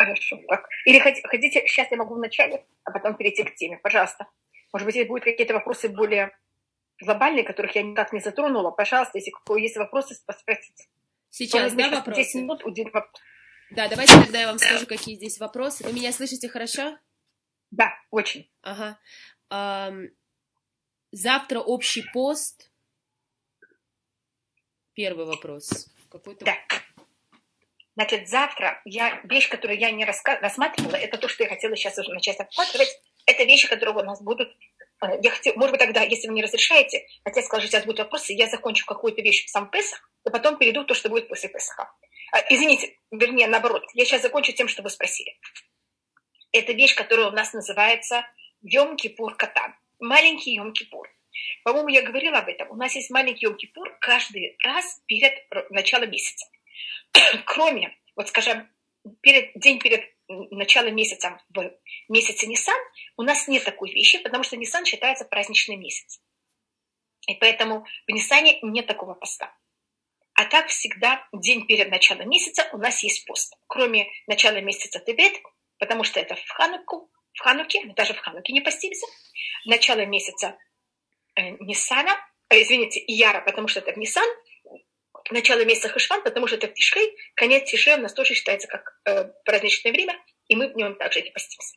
Хорошо. Так. Или хотите, сейчас я могу вначале, а потом перейти к теме. Пожалуйста. Может быть, будут какие-то вопросы более глобальные, которых я никак не затронула. Пожалуйста, если есть вопросы, спросите. Сейчас, да, вопросы? 10 минут уделим вопрос. Да, давайте тогда я вам скажу, какие здесь вопросы. Вы меня слышите хорошо? Да, очень. Ага. Завтра общий пост. Первый вопрос. Какой-то... Да. Значит, завтра вещь, которую я не рассматривала, это то, что я хотела сейчас уже начать рассматривать. Это вещи, которые у нас будут. Может быть, тогда, если вы не разрешаете, хотя я сказала, что сейчас будут вопросы, я закончу какую-то вещь в сам Песах, и потом перейду в то, что будет после Песаха. Извините, вернее, наоборот. Я сейчас закончу тем, что вы спросили. Это вещь, которая у нас называется Йом-Кипур Катан. Маленький Йом-Кипур. По-моему, я говорила об этом. У нас есть маленький Йом-Кипур каждый раз перед началом месяца. Кроме, вот скажем, день перед началом месяца в месяце Нисан, у нас нет такой вещи, потому что Нисан считается праздничный месяц. И поэтому в Нисане нет такого поста. А так всегда день перед началом месяца у нас есть пост. Кроме начала месяца Тевет, потому что это в Хануке, мы даже в Хануке не постимся. Начало месяца Нисана, Ияра, потому что это в Нисан. Начало месяца Хешван, потому что это в Тишрей. Конец Тишрея у нас тоже считается как праздничное время, и мы в нем также не постимся.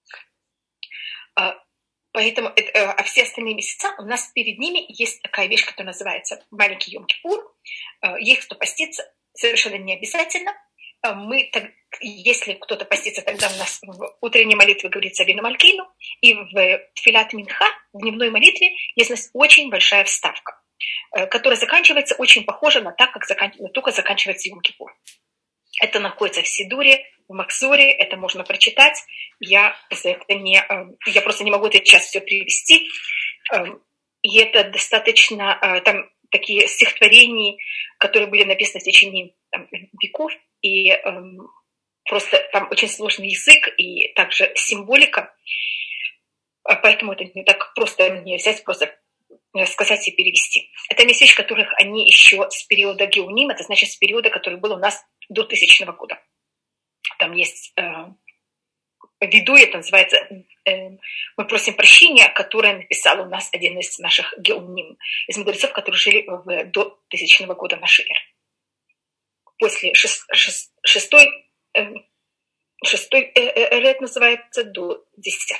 Поэтому а все остальные месяца у нас перед ними есть такая вещь, которая называется маленький Йом-Кипур. Есть кто постится, совершенно не обязательно. Если кто-то постится, тогда у нас в утренней молитве говорится Вину Малькину, и в Тфилат Минха, в дневной молитве, есть у нас очень большая вставка, которая заканчивается очень похоже на так, как только заканчивается Йом-Кипур. Это находится в Сидуре, в Максуре, это можно прочитать. Я просто не могу это сейчас все привести. И это достаточно там такие стихотворения, которые были написаны в течение веков, и просто там очень сложный язык и также символика. Поэтому это не так просто мне взять, просто сказать и перевести. Это вещи, которых они еще с периода Геуним, это значит с периода, который был у нас до 1000 года. Там есть виду, это называется мы просим прощения, которое написал у нас один из наших Геуним, из мудрецов, которые жили до 1000 года нашей эры. После шестой эры это называется до 10.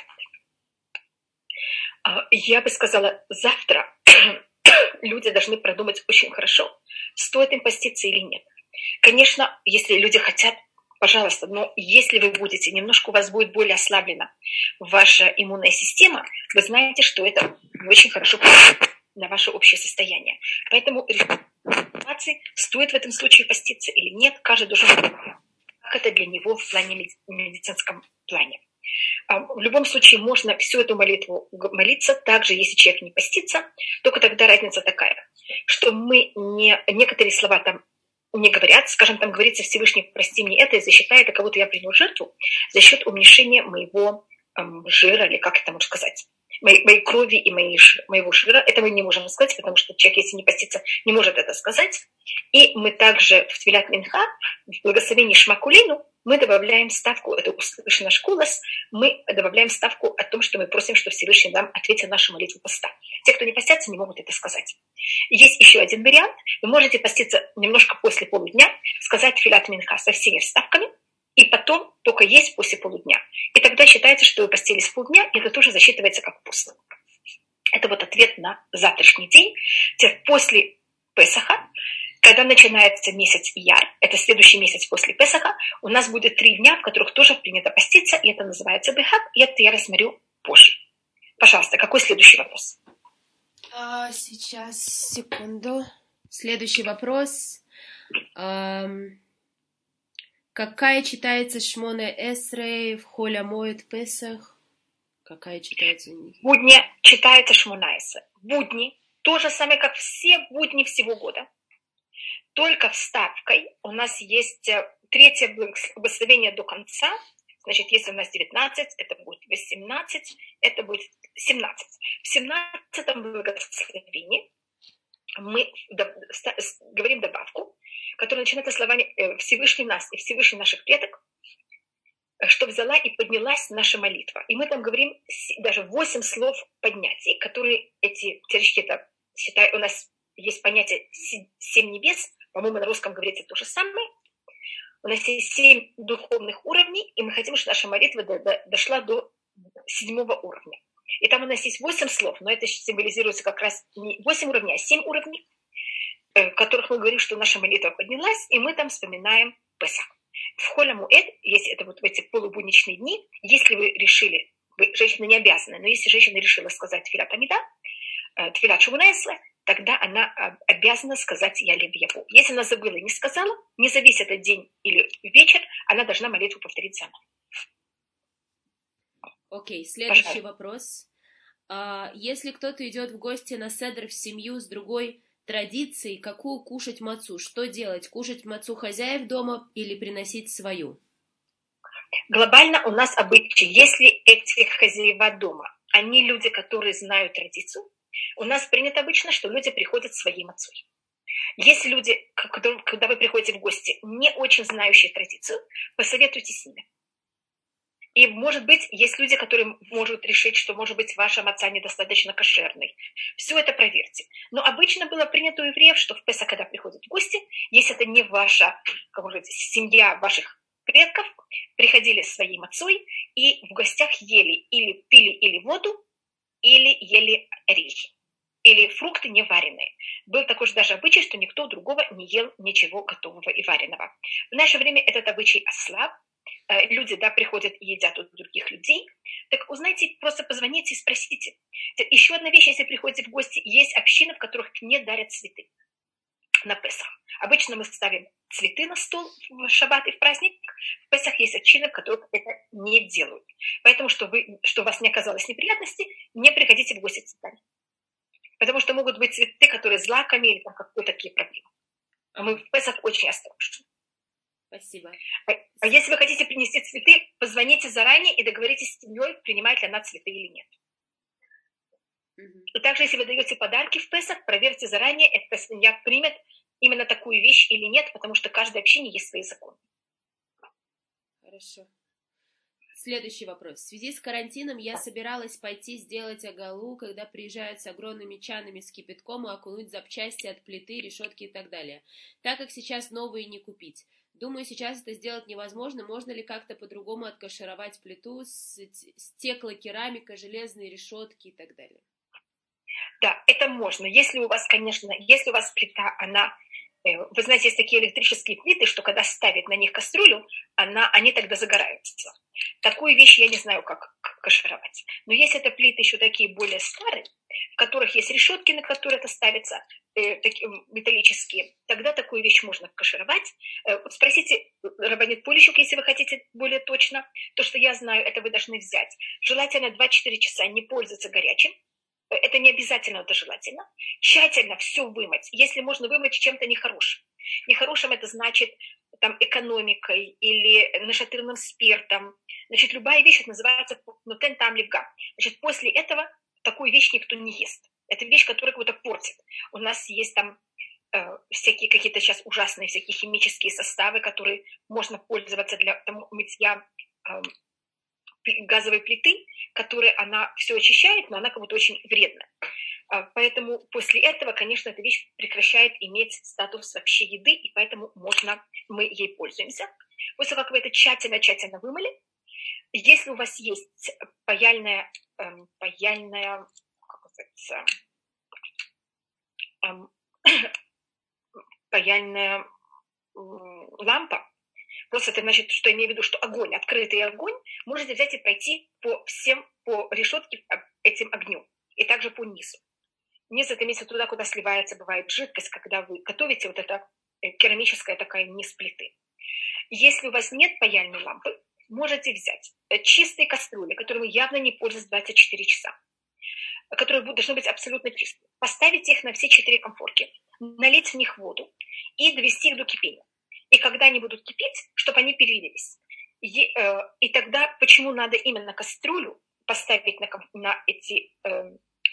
Я бы сказала, завтра люди должны продумать очень хорошо, стоит им поститься или нет. Конечно, если люди хотят, пожалуйста, но если вы будете, немножко у вас будет более ослаблена ваша иммунная система, вы знаете, что это очень хорошо на ваше общее состояние. Поэтому стоит в этом случае поститься или нет, каждый должен знать, как это для него в плане медицинском плане. В любом случае можно всю эту молитву молиться, также если человек не постится, только тогда разница такая, что мы некоторые слова там не говорят, скажем, там говорится Всевышний, прости мне это, и засчитай это, кого-то я принял жертву, за счет уменьшения моего жира, или как это можно сказать, моей крови и моего жира. Это мы не можем сказать, потому что человек, если не постится, не может это сказать. И мы также в Твилят Минха, в благословении Шмакулину, мы добавляем ставку, это услышан наш голос, мы добавляем ставку о том, что мы просим, что Всевышний нам ответил на нашу молитву поста. Те, кто не постятся, не могут это сказать. Есть еще один вариант. Вы можете поститься немножко после полудня, сказать Твилят Минха со всеми вставками, и потом только есть после полудня. И тогда считается, что вы постились полдня, и это тоже засчитывается как пост. Это вот ответ на завтрашний день. После Песаха, когда начинается месяц Ияр, это следующий месяц после Песаха, у нас будет 3 дня, в которых тоже принято поститься, и это называется Бехак, и это я рассмотрю позже. Пожалуйста, какой следующий вопрос? Сейчас, секунду. Следующий вопрос. Какая читается Шмоне Эсрей в Холя Моет Песах? Какая читается у них? Будни читается Шмона Эсрей. Будни, то же самое, как все будни всего года. Только вставкой у нас есть 3-е благословение до конца. Значит, если у нас 19, это будет 18, это будет 17. В 17-м благословении мы говорим добавку, которая начинается словами «Всевышний нас и Всевышний наших предок». что взяла и поднялась наша молитва. И мы там говорим даже 8 слов поднятий, которые эти теоретически, считай, у нас есть понятие 7 небес, по-моему, на русском говорится то же самое. У нас есть 7 духовных уровней, и мы хотим, чтобы наша молитва дошла до 7-го уровня. И там у нас есть 8 слов, но это символизируется как раз не 8 уровней, а 7 уровней, в которых мы говорим, что наша молитва поднялась, и мы там вспоминаем Песах. В Холь Муэд, если это вот в эти полубудничные дни, если вы решили, женщина не обязана, но если женщина решила сказать Тфилат Амида, Тфилат Шмона Эсрей, тогда она обязана сказать «Я лев-яву». Если она забыла и не сказала, не зависит от день или вечер, она должна молитву повторить заново. Окей, следующий вопрос. Если кто-то идет в гости на седр в семью с другой традицией, какую кушать мацу? Что делать? Кушать мацу хозяев дома или приносить свою? Глобально у нас обычай, если эти хозяева дома, они люди, которые знают традицию, у нас принято обычно, что люди приходят своей мацой. Если люди, когда вы приходите в гости, не очень знающие традицию, посоветуйтесь с ними. И, может быть, есть люди, которые могут решить, что, может быть, ваша маца недостаточно кошерной. Все это проверьте. Но обычно было принято у евреев, что в Песах, когда приходят в гости, если это не ваша, как можно сказать, семья ваших предков, приходили своей мацой и в гостях ели или пили или воду, или ели орехи, или фрукты не вареные. Был такой же даже обычай, что никто другого не ел ничего готового и вареного. В наше время этот обычай ослаб. Люди, приходят и едят у других людей. Так узнайте, просто позвоните и спросите. Еще одна вещь, если приходите в гости, есть общины, в которых не дарят цветы на Песах. Обычно мы ставим цветы на стол в шаббат и в праздник. В Песах есть общины, в которых это не делают. Поэтому, что у вас не оказалось неприятности, не приходите в гости с цветами. Потому что могут быть цветы, которые злаками или там какие-то такие проблемы. А мы в Песах очень осторожны. Спасибо. А если вы хотите принести цветы, позвоните заранее и договоритесь с семьей, принимает ли она цветы или нет. И также, если вы даете подарки в Песах, проверьте заранее, эта семья примет именно такую вещь или нет, потому что в каждой общине есть свои законы. Хорошо. Следующий вопрос. В связи с карантином я собиралась пойти сделать агалу, когда приезжают с огромными чанами с кипятком и окунуть запчасти от плиты, решетки и так далее. Так как сейчас новые не купить. Думаю, сейчас это сделать невозможно. Можно ли как-то по-другому откашировать плиту, стеклокерамика, железные решетки и так далее? Да, это можно. Если у вас плита, вы знаете, есть такие электрические плиты, что когда ставят на них кастрюлю, они тогда загораются. Такую вещь я не знаю, как кашировать. Но если это плиты еще такие более старые, в которых есть решетки, на которые это ставится, такие металлические, тогда такую вещь можно кашировать. Спросите рабанит Полищук, если вы хотите более точно. То, что я знаю, это вы должны взять. Желательно 2-4 часа не пользоваться горячим. Это не обязательно, это желательно. Тщательно все вымыть. Если можно вымыть чем-то нехорошим. Нехорошим это значит экономикой или нашатырным спиртом. Значит, любая вещь, это называется нутен там левга. Значит, после этого такую вещь никто не ест. Это вещь, которая кого-то портит. У нас есть всякие какие-то сейчас ужасные всякие химические составы, которые можно пользоваться для мытья газовой плиты, которая она все очищает, но она как будто очень вредна. Поэтому после этого, конечно, эта вещь прекращает иметь статус вообще еды, и поэтому мы ей пользуемся. После того, как вы это тщательно вымыли, если у вас есть паяльная лампа, просто это значит, что я имею в виду, что огонь, открытый огонь, можете взять и пройти по решетке этим огнем, и также по низу. Низ это имеется туда, куда сливается, бывает жидкость, когда вы готовите вот эта керамическая такая низ плиты. Если у вас нет паяльной лампы, можете взять чистые кастрюли, которыми явно не пользуются 24 часа, которые должны быть абсолютно чистые. Поставить их на все 4 конфорки, налить в них воду и довести их до кипения. И когда они будут кипеть, чтобы они перелились. И тогда, почему надо именно кастрюлю поставить на эти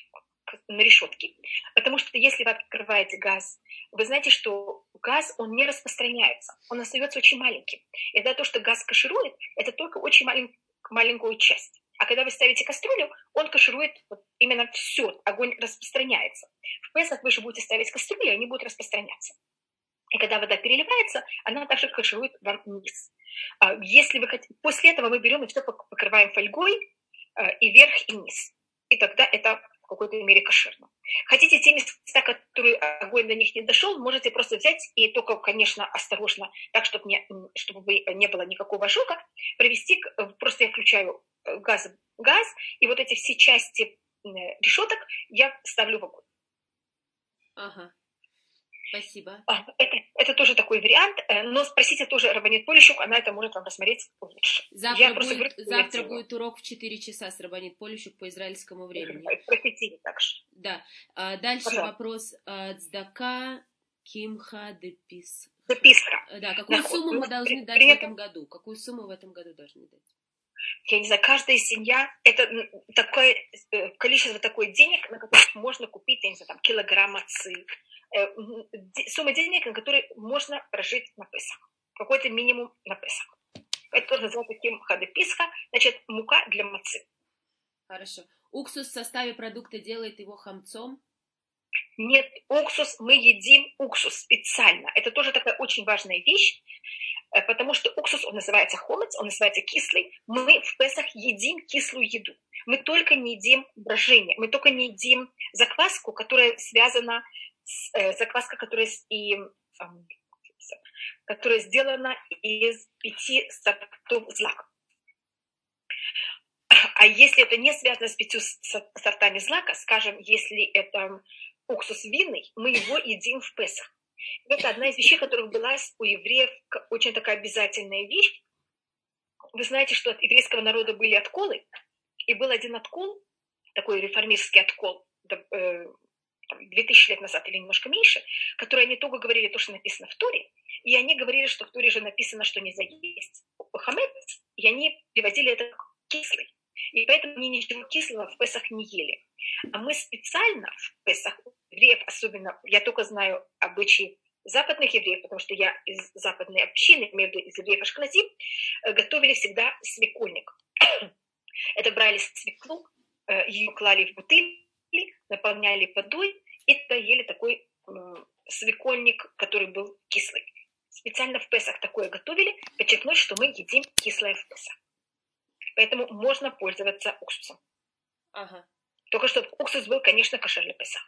на решетке. Потому что если вы открываете газ, вы знаете, что газ, он не распространяется, он остается очень маленьким. И то, что газ каширует, это только очень маленькую часть. А когда вы ставите кастрюлю, он каширует вот именно все, огонь распространяется. В Песах вы же будете ставить кастрюлю, и они будут распространяться. И когда вода переливается, она также каширует вам вниз. Если вы хотите, после этого мы берем и все покрываем фольгой и вверх, и низ. И тогда это в какой-то мере кошерно. Хотите те места, которые огонь до них не дошел, можете просто взять и только, конечно, осторожно, так, чтобы не было никакого ожога, провести, просто я включаю газ, и вот эти все части решеток я ставлю в огонь. Ага. Спасибо. Это тоже такой вариант, но спросите тоже Рабанит Полищук, она это может вам рассмотреть лучше. Завтра будет урок в 4 часа с Рабанит Полищук по израильскому времени. Спросите так же. Да. Дальше вопрос. Цдака Кимха Депис. Да, какую сумму мы должны дать в этом году? Какую сумму в этом году должны дать? Я не знаю, каждая семья, это такое количество такой денег, на которых можно купить, я не знаю, там, килограмм мацы, сумма денег, на которые можно прожить на Песах. Какой-то минимум на Песах. Это тоже называется кимха де писха, значит, мука для мацы. Хорошо. Уксус в составе продукта делает его хамцом? Нет, уксус, мы едим уксус специально. Это тоже такая очень важная вещь, потому что уксус, он называется хомец, он называется кислый. Мы в Песах едим кислую еду. Мы только не едим брожение, мы только не едим закваску, которая связана закваска, которая сделана из 5 сортов злака. А если это не связано с 5 сортами злака, скажем, если это уксус винный, мы его едим в Песах. Это одна из вещей, которых была у евреев очень такая обязательная вещь. Вы знаете, что от еврейского народа были отколы, и был один откол, такой реформистский откол, 2000 лет назад или немножко меньше, которые они только говорили то, что написано в Торе, и они говорили, что в Торе же написано, что нельзя есть хамец, и они приводили это как кислый. И поэтому они ничего кислого в Песах не ели. А мы специально в Песах, евреев особенно, я только знаю обычаи западных евреев, потому что я из западной общины, имею в виду из евреев Ашкеназим, готовили всегда свекольник. Это брали свеклу, ее клали в бутыль, наполняли водой и тогда ели такой свекольник, который был кислый. Специально в Песах такое готовили, подчеркнуть, что мы едим кислое в Песах. Поэтому можно пользоваться уксусом. Ага. Только чтобы уксус был, конечно, кошер для Песах.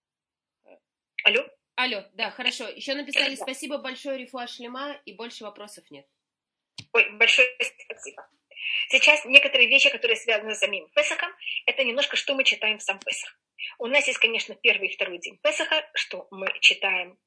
Алло, да, хорошо. Еще написали спасибо большое, Рифуа Шлема, и больше вопросов нет. Ой, большое спасибо. Сейчас некоторые вещи, которые связаны с самим Песахом, это немножко, что мы читаем в сам Песах. У нас есть, конечно, первый и второй день Песаха, что мы читаем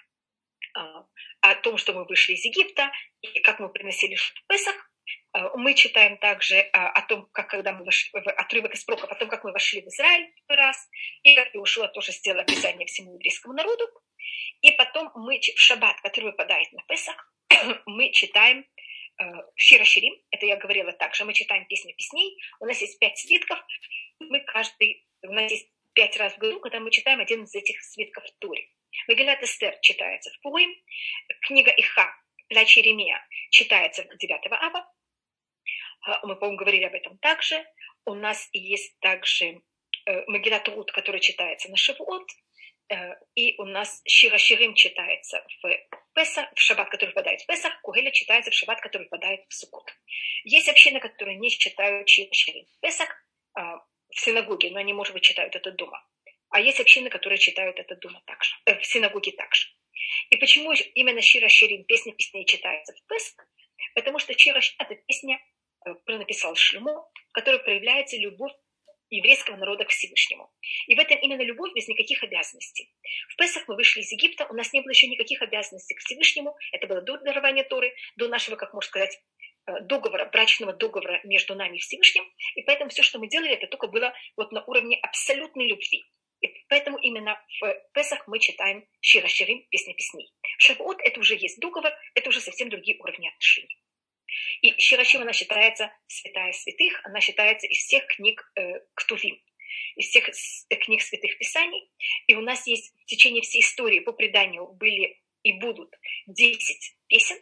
о том, что мы вышли из Египта, и как мы приносили Песах. Мы читаем также о том, когда мы вошли, отрывок из пророка, о том, как мы вошли в Израиль первый раз, и как Иошуа тоже сделал описание всему еврейскому народу. И потом мы в шаббат, который выпадает на Песах, мы читаем Шир ха-Ширим, это я говорила также, мы читаем песни песней, у нас есть 5 свитков, у нас есть 5 раз в году, когда мы читаем один из этих свитков в Торе. Мегилат Эстер читается в Пурим, книга Иха, Плач Иеремия читается 9 ава, мы, по-моему, говорили об этом также. У нас есть также Мегилат Рут, который читается на Шавуот, и у нас Шир ха-Ширим читается в Песах, в шаббат, который выпадает в Песах, Кугеля читается в шаббат, который выпадает в Суккот. Есть общины, которые не читают Шир ха-Ширим в Песах в синагоге, но они, может быть, читают это дома. А есть общины, которые читают это дома также, в синагоге также. И почему именно Шир ха-Ширим, песня песней, читается в Песах? Потому что Шир ха-Ширим – это песня, которую написал Шломо, в которой проявляется любовь еврейского народа к Всевышнему. И в этом именно любовь без никаких обязанностей. В Песах мы вышли из Египта, у нас не было еще никаких обязанностей к Всевышнему, это было до дарования Торы, до нашего, как можно сказать, договора, брачного договора между нами и Всевышним, и поэтому все, что мы делали, это только было вот на уровне абсолютной любви. И поэтому именно в Песах мы читаем Шир ха-Ширим, песня песней. Шавуот – это уже есть договор, это уже совсем другие уровни отношений. И Шир ха-Ширим, она считается святая святых, она считается из всех книг Ктувим. из всех книг Святых Писаний. И у нас есть в течение всей истории, по преданию, были и будут 10 песен.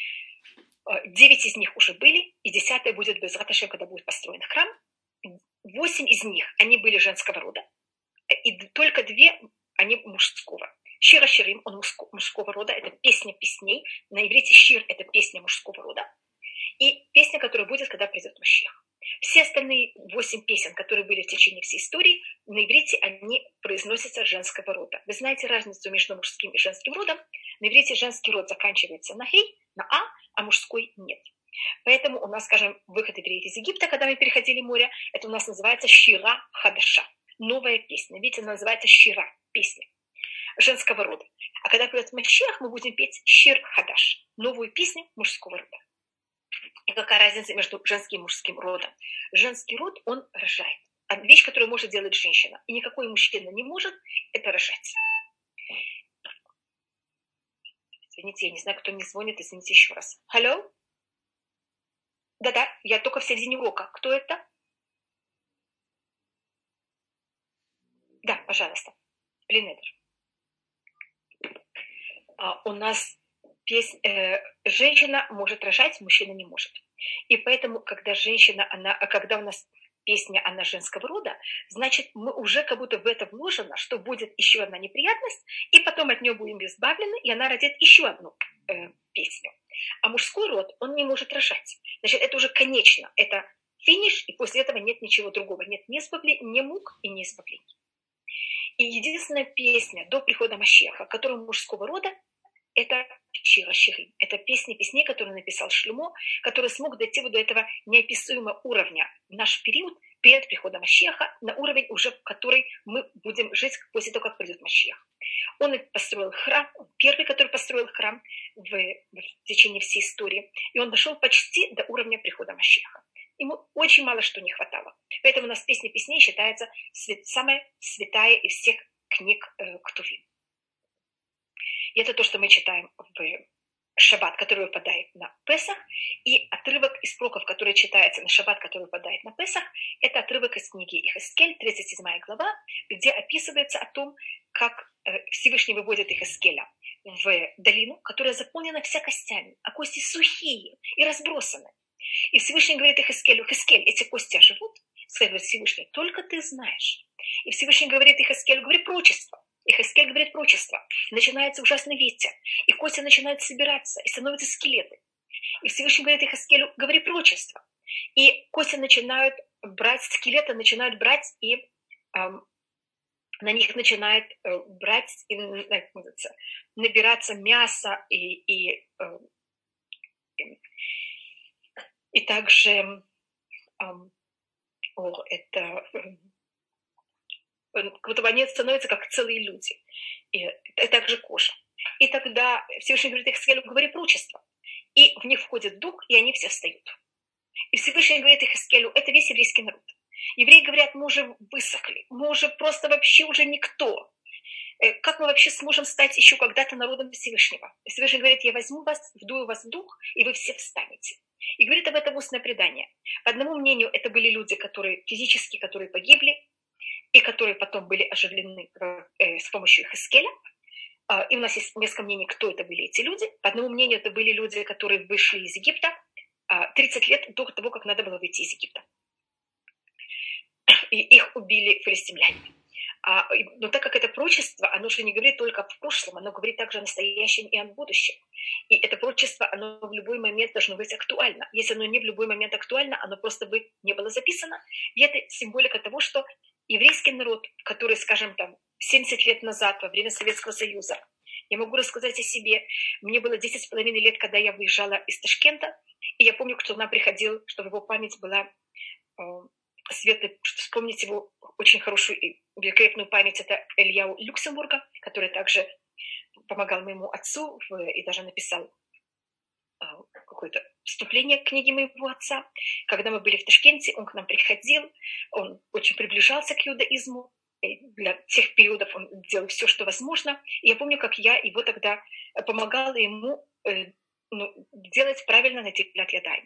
9 из них уже были, и 10 будет без Раташем, когда будет построен храм. 8 из них, они были женского рода, и только 2, они мужского. Шира Ширим, он мужского рода, это песня песней. На иврите шир – это песня мужского рода. И песня, которая будет, когда придет Машиах. Все остальные 8 песен, которые были в течение всей истории, на иврите они произносятся женского рода. Вы знаете разницу между мужским и женским родом? На иврите женский род заканчивается на хей, на а мужской нет. Поэтому у нас, скажем, выход евреев из Египта, когда мы переходили море, это у нас называется шира хадаша, новая песня. Видите, она называется шира, песня женского рода. А когда придет Машиах, мы будем петь шир хадаш, новую песню мужского рода. И какая разница между женским и мужским родом? Женский род, он рожает. А вещь, которую может делать женщина, и никакой мужчина не может, это рожать. Извините, я не знаю, кто мне звонит, извините еще раз. Алло? Да-да, я только в середине урока. Кто это? Да, пожалуйста. Линедер. У нас женщина может рожать, мужчина не может. И поэтому, когда когда у нас песня, она женского рода, значит, мы уже как будто в это вложено, что будет еще одна неприятность, и потом от нее будем избавлены, и она родит еще одну песню. А мужской род, он не может рожать. Значит, это уже конечно, это финиш, и после этого нет ничего другого. Нет ни избавления, ни мук и ни избавлений. И единственная песня до прихода Машиаха, которая мужского рода, это Шира Ширим. Это песни песней, которые написал Шломо, который смог дойти до этого неописуемого уровня в наш период перед приходом Машиаха, на уровень уже, в который мы будем жить после того, как придет Машиах. Он построил храм, он первый, который построил храм в течение всей истории, и он дошел почти до уровня прихода Машиаха. Ему очень мало что не хватало. Поэтому у нас песня песней считается самая святая из всех книг Ктувим. И это то, что мы читаем в Шаббат, который выпадает на Песах, и отрывок из пророков, который читается на Шаббат, который выпадает на Песах, это отрывок из книги Ихескель, 37 глава, где описывается о том, как Всевышний выводит Ихескеля в долину, которая заполнена вся костями, а кости сухие и разбросаны. И Всевышний говорит Ихескелю: Ихескель, эти кости оживут? Говорит Всевышний: только ты знаешь. И Всевышний говорит Ихескелю: говори пророчество. И Хескель говорит пророчество. Начинается ужасный ветер, и кости начинают собираться, и становятся скелеты. И Всевышний говорит Хескелю: говори пророчество. И кости начинают брать, скелеты начинают брать, и на них начинает брать, и, набираться мясо, и также они становятся как целые люди. И также кожа. И тогда Всевышний говорит Ихескелю: говори пророчество. И в них входит дух, и они все встают. И Всевышний говорит Ихескелю: это весь еврейский народ. Евреи говорят: мы уже высохли, мы уже просто вообще уже никто. Как мы вообще сможем стать еще когда-то народом Всевышнего? И Всевышний говорит: я возьму вас, вдую вас в дух, и вы все встанете. И говорит об этом устное предание. По одному мнению, это были люди, которые физически, которые погибли, и которые потом были оживлены с помощью Хескеля. И у нас есть несколько мнений, кто это были эти люди. По одному мнению, это были люди, которые вышли из Египта 30 лет до того, как надо было выйти из Египта. И их убили филистимляне. Но так как это пророчество, оно же не говорит только в прошлом, оно говорит также о настоящем и о будущем. И это пророчество, оно в любой момент должно быть актуально. Если оно не в любой момент актуально, оно просто бы не было записано. И это символика того, что еврейский народ, который, скажем, 70 лет назад, во время Советского Союза, я могу рассказать о себе. Мне было 10,5 лет, когда я выезжала из Ташкента, и я помню, кто к нам приходил, чтобы его память была светлой. Вспомнить его очень хорошую и великолепную память, это Ильяу Люксембурга, который также помогал моему отцу и даже написал какое-то вступление к книге моего отца. Когда мы были в Ташкенте, он к нам приходил, он очень приближался к иудаизму. Для тех периодов он делал все, что возможно. И я помню, как я его тогда помогала ему делать правильно Натилят Ядаим.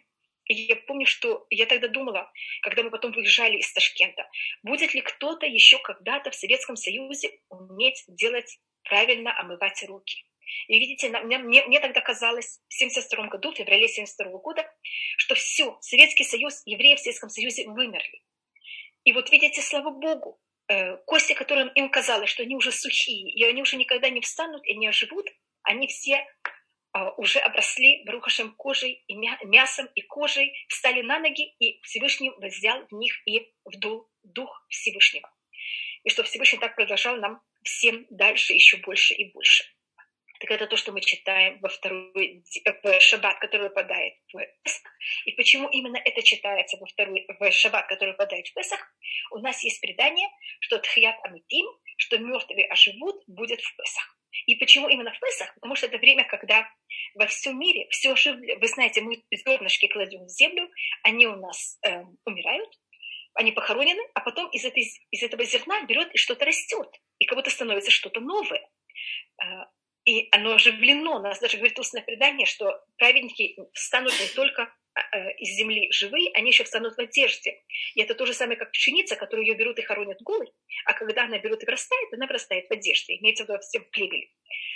И я помню, что я тогда думала, когда мы потом выезжали из Ташкента, будет ли кто-то еще когда-то в Советском Союзе уметь делать правильно, омывать руки. И видите, мне тогда казалось в 1972 году, в феврале 1972 года, что все, Советский Союз, евреи в Советском Союзе вымерли. И вот видите, слава Богу, кости, которым им казалось, что они уже сухие, и они уже никогда не встанут и не оживут, они все уже обросли Барух Ашем кожей, и мясом, и кожей, встали на ноги, и Всевышний взял в них и вдул дух Всевышнего. И что Всевышний так продолжал нам всем дальше еще больше и больше. Так это то, что мы читаем в шаббат, который выпадает в Песах. И почему именно это читается в шаббат, который выпадает в Песах? У нас есть предание, что Тхият Амитим, что мертвые оживут, будет в Песах. И почему именно в Песах? Потому что это время, когда во всем мире все оживлено. Вы знаете, мы зернышки кладем в землю, они у нас умирают, они похоронены, а потом из этого зерна берет и что-то растет, и как будто становится что-то новое. И оно оживлено. У нас даже говорит устное предание, что праведники встанут не только из земли живые, они еще встанут в одежде. И это то же самое, как пшеница, которую ее берут и хоронят голой, а когда она берет и вырастает, она вырастает в одежде. Имеется в виду всем плевели.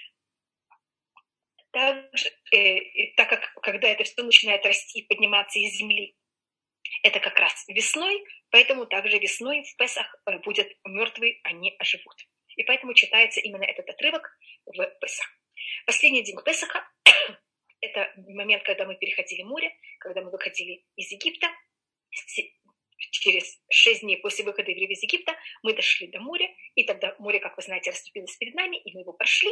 Также, так как когда это все начинает расти и подниматься из земли, это как раз весной, поэтому также весной в Песах будут мертвые, они оживут. И поэтому читается именно этот отрывок в Песах. Последний день Песаха – это момент, когда мы переходили море, когда мы выходили из Египта. Через 6 дней после выхода евреев из Египта мы дошли до моря, и тогда море, как вы знаете, расступилось перед нами, и мы его прошли.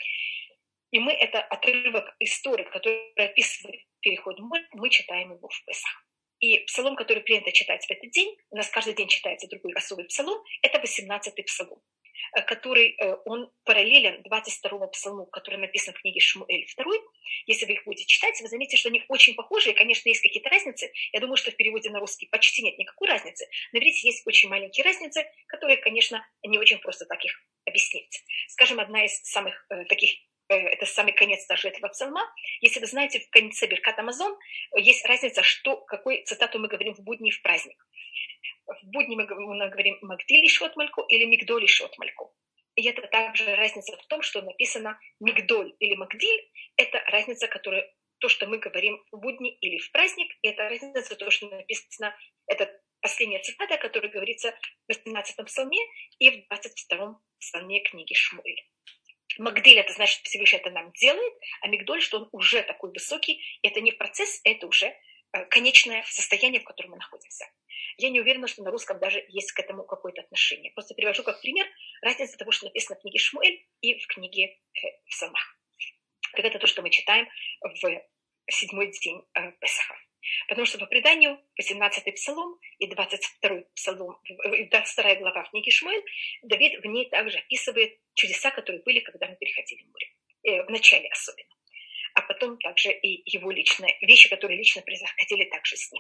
И мы это отрывок истории, который описывает переход в море, мы читаем его в Песах. И псалом, который принято читать в этот день, у нас каждый день читается другой особый псалом, это 18-й псалом, который, он параллелен 22-му псалму, который написан в книге Шмуэль 2. Если вы их будете читать, вы заметите, что они очень похожи, и, конечно, есть какие-то разницы. Я думаю, что в переводе на русский почти нет никакой разницы, но, видите, есть очень маленькие разницы, которые, конечно, не очень просто так их объяснить. Скажем, одна из самых таких, это самый конец даже этого псалма. Если вы знаете, в конце Беркат Амазон есть разница, какую цитату мы говорим в будни и в праздник. В будни мы говорим «Магдили шот мальку» или «Мигдоли шот мальку». И это также разница в том, что написано «Мигдоль» или «Магдиль». Это разница, то, что мы говорим в будни или в праздник. И это разница, то, что написано, это последняя цитата, которая говорится в 18-м псалме и в 22-м псалме книги Шмуэль. Магдиль – это значит, что Всевышний это нам делает, а Мигдоль, что он уже такой высокий, и это не процесс, это уже конечное состояние, в котором мы находимся. Я не уверена, что на русском даже есть к этому какое-то отношение. Просто привожу как пример разницу того, что написано в книге Шмуэль и в книге Псалмах. Так это то, что мы читаем в 7-й день Песаха. Потому что по преданию 18-й псалом и 22-й псалом, 22 глава в книге Шмуэль, Давид в ней также описывает чудеса, которые были, когда мы переходили море. В начале особенно. А потом также и его личные вещи, которые лично происходили также с ним.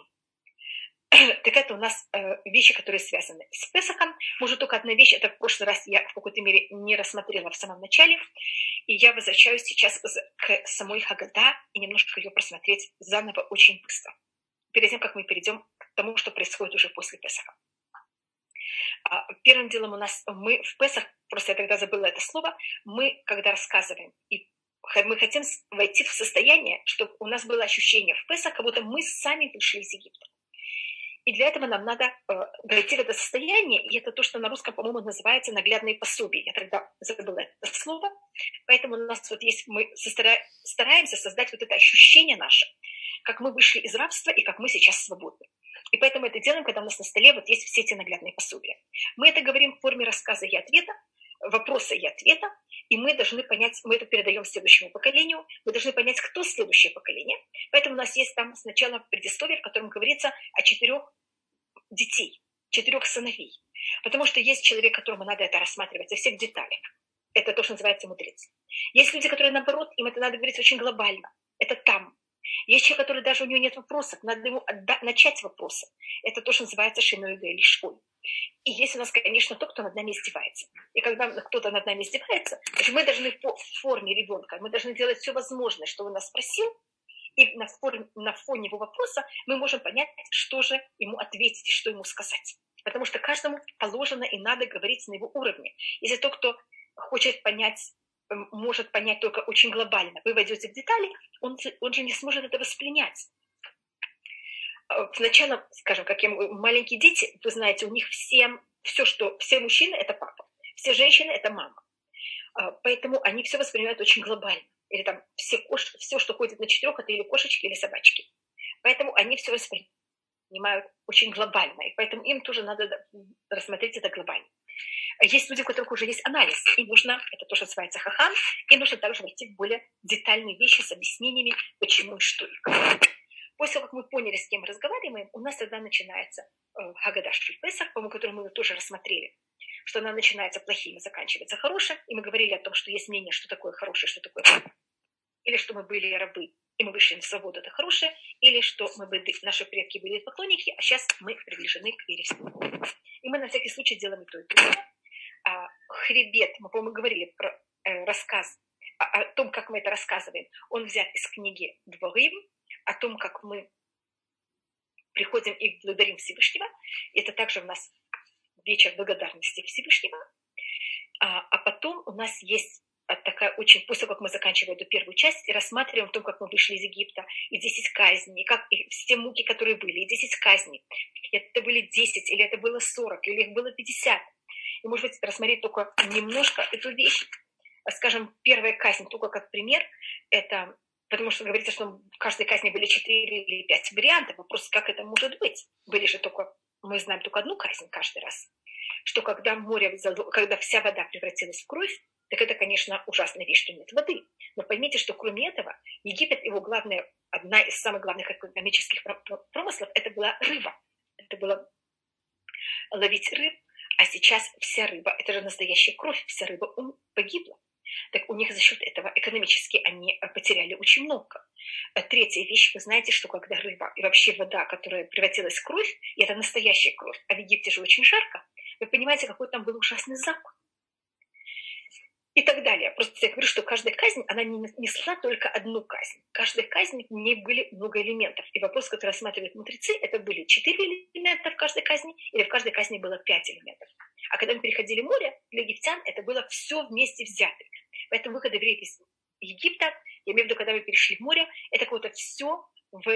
Так это у нас вещи, которые связаны с Песахом. Может, только одна вещь, это в прошлый раз я в какой-то мере не рассмотрела в самом начале. И я возвращаюсь сейчас к самой Хагада и немножко ее просмотреть заново очень быстро. Перед тем, как мы перейдем к тому, что происходит уже после Песаха. Первым делом мы в Песах, просто я тогда забыла это слово, мы когда рассказываем, и мы хотим войти в состояние, чтобы у нас было ощущение в Песах, как будто мы сами вышли из Египта. И для этого нам надо войти в это состояние, и это то, что на русском, по-моему, называется наглядные пособия. Я тогда забыла это слово. Поэтому у нас вот есть, мы стараемся создать вот это ощущение наше, как мы вышли из рабства и как мы сейчас свободны. И поэтому это делаем, когда у нас на столе вот есть все эти наглядные пособия. Мы это говорим в форме рассказа и ответа, вопроса и ответа, и мы должны понять, мы это передаем следующему поколению, мы должны понять, кто следующее поколение. Поэтому у нас есть там сначала предисловие, в котором говорится о 4 детей, 4 сыновей. Потому что есть человек, которому надо это рассматривать во всех деталях. Это то, что называется мудрец. Есть люди, которые наоборот, им это надо говорить очень глобально. Это там. Есть человек, который даже у него нет вопросов, надо ему начать с вопроса. Это то, что называется шинойга или шой. И есть у нас, конечно, тот, кто над нами издевается. И когда кто-то над нами издевается, мы должны по форме ребенка, мы должны делать все возможное, что он нас спросил, И на фоне его вопроса мы можем понять, что же ему ответить и что ему сказать. Потому что каждому положено и надо говорить на его уровне. Если тот, кто хочет понять, может понять только очень глобально, вы войдете в детали, он же не сможет это воспринять. Сначала, скажем, как маленькие дети, вы знаете, у них все мужчины – это папа, все женщины – это мама. Поэтому они все воспринимают очень глобально. Или там все, что ходит на четырех, это или кошечки, или собачки. Поэтому они все воспринимают очень глобально. И поэтому им тоже надо рассмотреть это глобально. Есть люди, у которых уже есть анализ. И нужно, это то, что называется хахам, и нужно также войти в более детальные вещи с объяснениями, почему и что. После того, как мы поняли, с кем мы разговариваем, у нас тогда начинается Хагада Шель Песах, по-моему, которую мы тоже рассмотрели, что она начинается плохим и заканчивается хорошим. И мы говорили о том, что есть мнение, что такое хорошее, что такое плохое. Или что мы были рабы, и мы вышли на свободу, это хорошее. Или что наши предки были поклонники, а сейчас мы приближены к вере. И мы на всякий случай делаем и то, и другое. Хребет, мы, по-моему, говорили про рассказ, о том, как мы это рассказываем. Он взят из книги Дворим, о том, как мы приходим и благодарим Всевышнего. Это также у нас вечер благодарности Всевышнего. А потом у нас есть такая очень, после того, как мы заканчиваем эту первую часть, и рассматриваем то, как мы вышли из Египта, и 10 казней, и все муки, которые были, и 10 казней. И это были 10, или это было 40, или их было 50. И, может быть, рассмотреть только немножко эту вещь. Скажем, первая казнь, только как пример, это потому что говорится, что в каждой казни были 4 или 5 вариантов. Вопрос, как это может быть? Мы знаем только одну казнь каждый раз. Что когда вся вода превратилась в кровь, так это, конечно, ужасная вещь, что нет воды. Но поймите, что кроме этого, Египет, одна из самых главных экономических промыслов, это была рыба. Это было ловить рыб, а сейчас вся рыба, это же настоящая кровь, вся рыба погибла. Так у них за счет этого экономически они потеряли очень много. Третья вещь, вы знаете, что когда рыба и вообще вода, которая превратилась в кровь, и это настоящая кровь, а в Египте же очень жарко, вы понимаете, какой там был ужасный запах. И так далее. Просто я говорю, что каждая казнь, она не несла только одну казнь. В каждой казни в ней были много элементов. И вопрос, который рассматривают мудрецы, это были 4 элемента в каждой казни, или в каждой казни было 5 элементов. А когда мы переходили море, для египтян это было все вместе взято. Поэтому выход евреев из Египта, я имею в виду, когда мы перешли в море, это какое-то все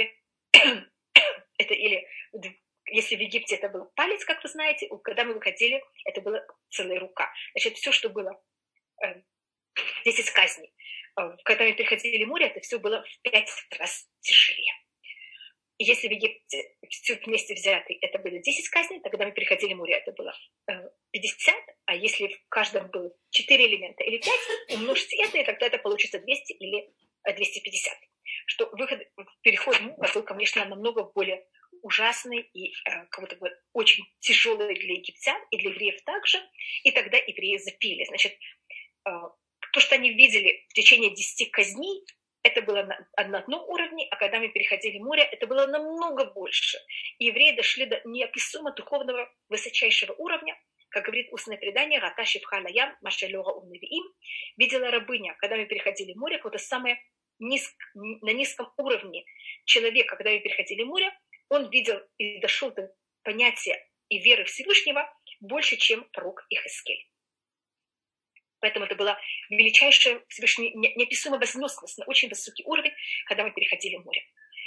это или если в Египте это был палец, как вы знаете, когда мы выходили, это была целая рука. Значит, все, что было 10 казней. Когда мы переходили море, это все было в 5 раз тяжелее. И если в Египте все вместе взятые, это было 10 казней, тогда мы переходили море, это было 50, а если в каждом было 4 элемента или 5, умножьте это, и тогда это получится 200 или 250. Что переход в море был, конечно, намного более ужасный и как будто бы очень тяжелый для египтян и для евреев также, и тогда евреи запили. Значит, то, что они видели в течение 10 казней, это было на одном уровне, а когда мы переходили море, это было намного больше. И евреи дошли до неописуемо духовного высочайшего уровня, как говорит устное предание, «Рата шивха лаям, машелора умнавиим», видела рабыня, когда мы переходили море, какое-то самое на низком уровне человек, когда мы переходили море, он видел и дошел до понятия и веры Всевышнего больше, чем пророк Ихескель. Поэтому это была величайшая, Всевышний, неописуемо вознесенность на очень высокий уровень, когда мы переходили море.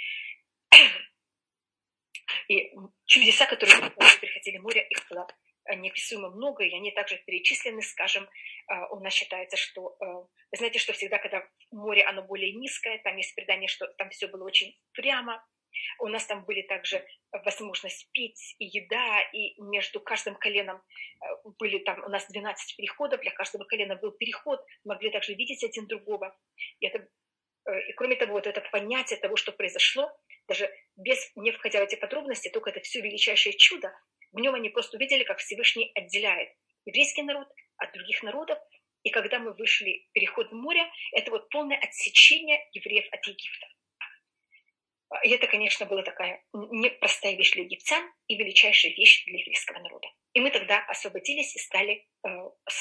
И чудеса, которые мы переходили море, их было неописуемо много, и они также перечислены, скажем, у нас считается, что, вы знаете, что всегда, когда море, оно более низкое, там есть предание, что там все было очень прямо, у нас там были также возможность пить и еда, и между каждым коленом были там у нас 12 переходов, для каждого колена был переход, могли также видеть один другого. И кроме того, вот это понятие того, что произошло, даже не входя в эти подробности, только это все величайшее чудо, в нем они просто увидели, как Всевышний отделяет еврейский народ от других народов, и когда мы вышли в переход в море, это вот полное отсечение евреев от Египта. И это, конечно, была такая непростая вещь для египтян и величайшая вещь для еврейского народа. И мы тогда освободились и стали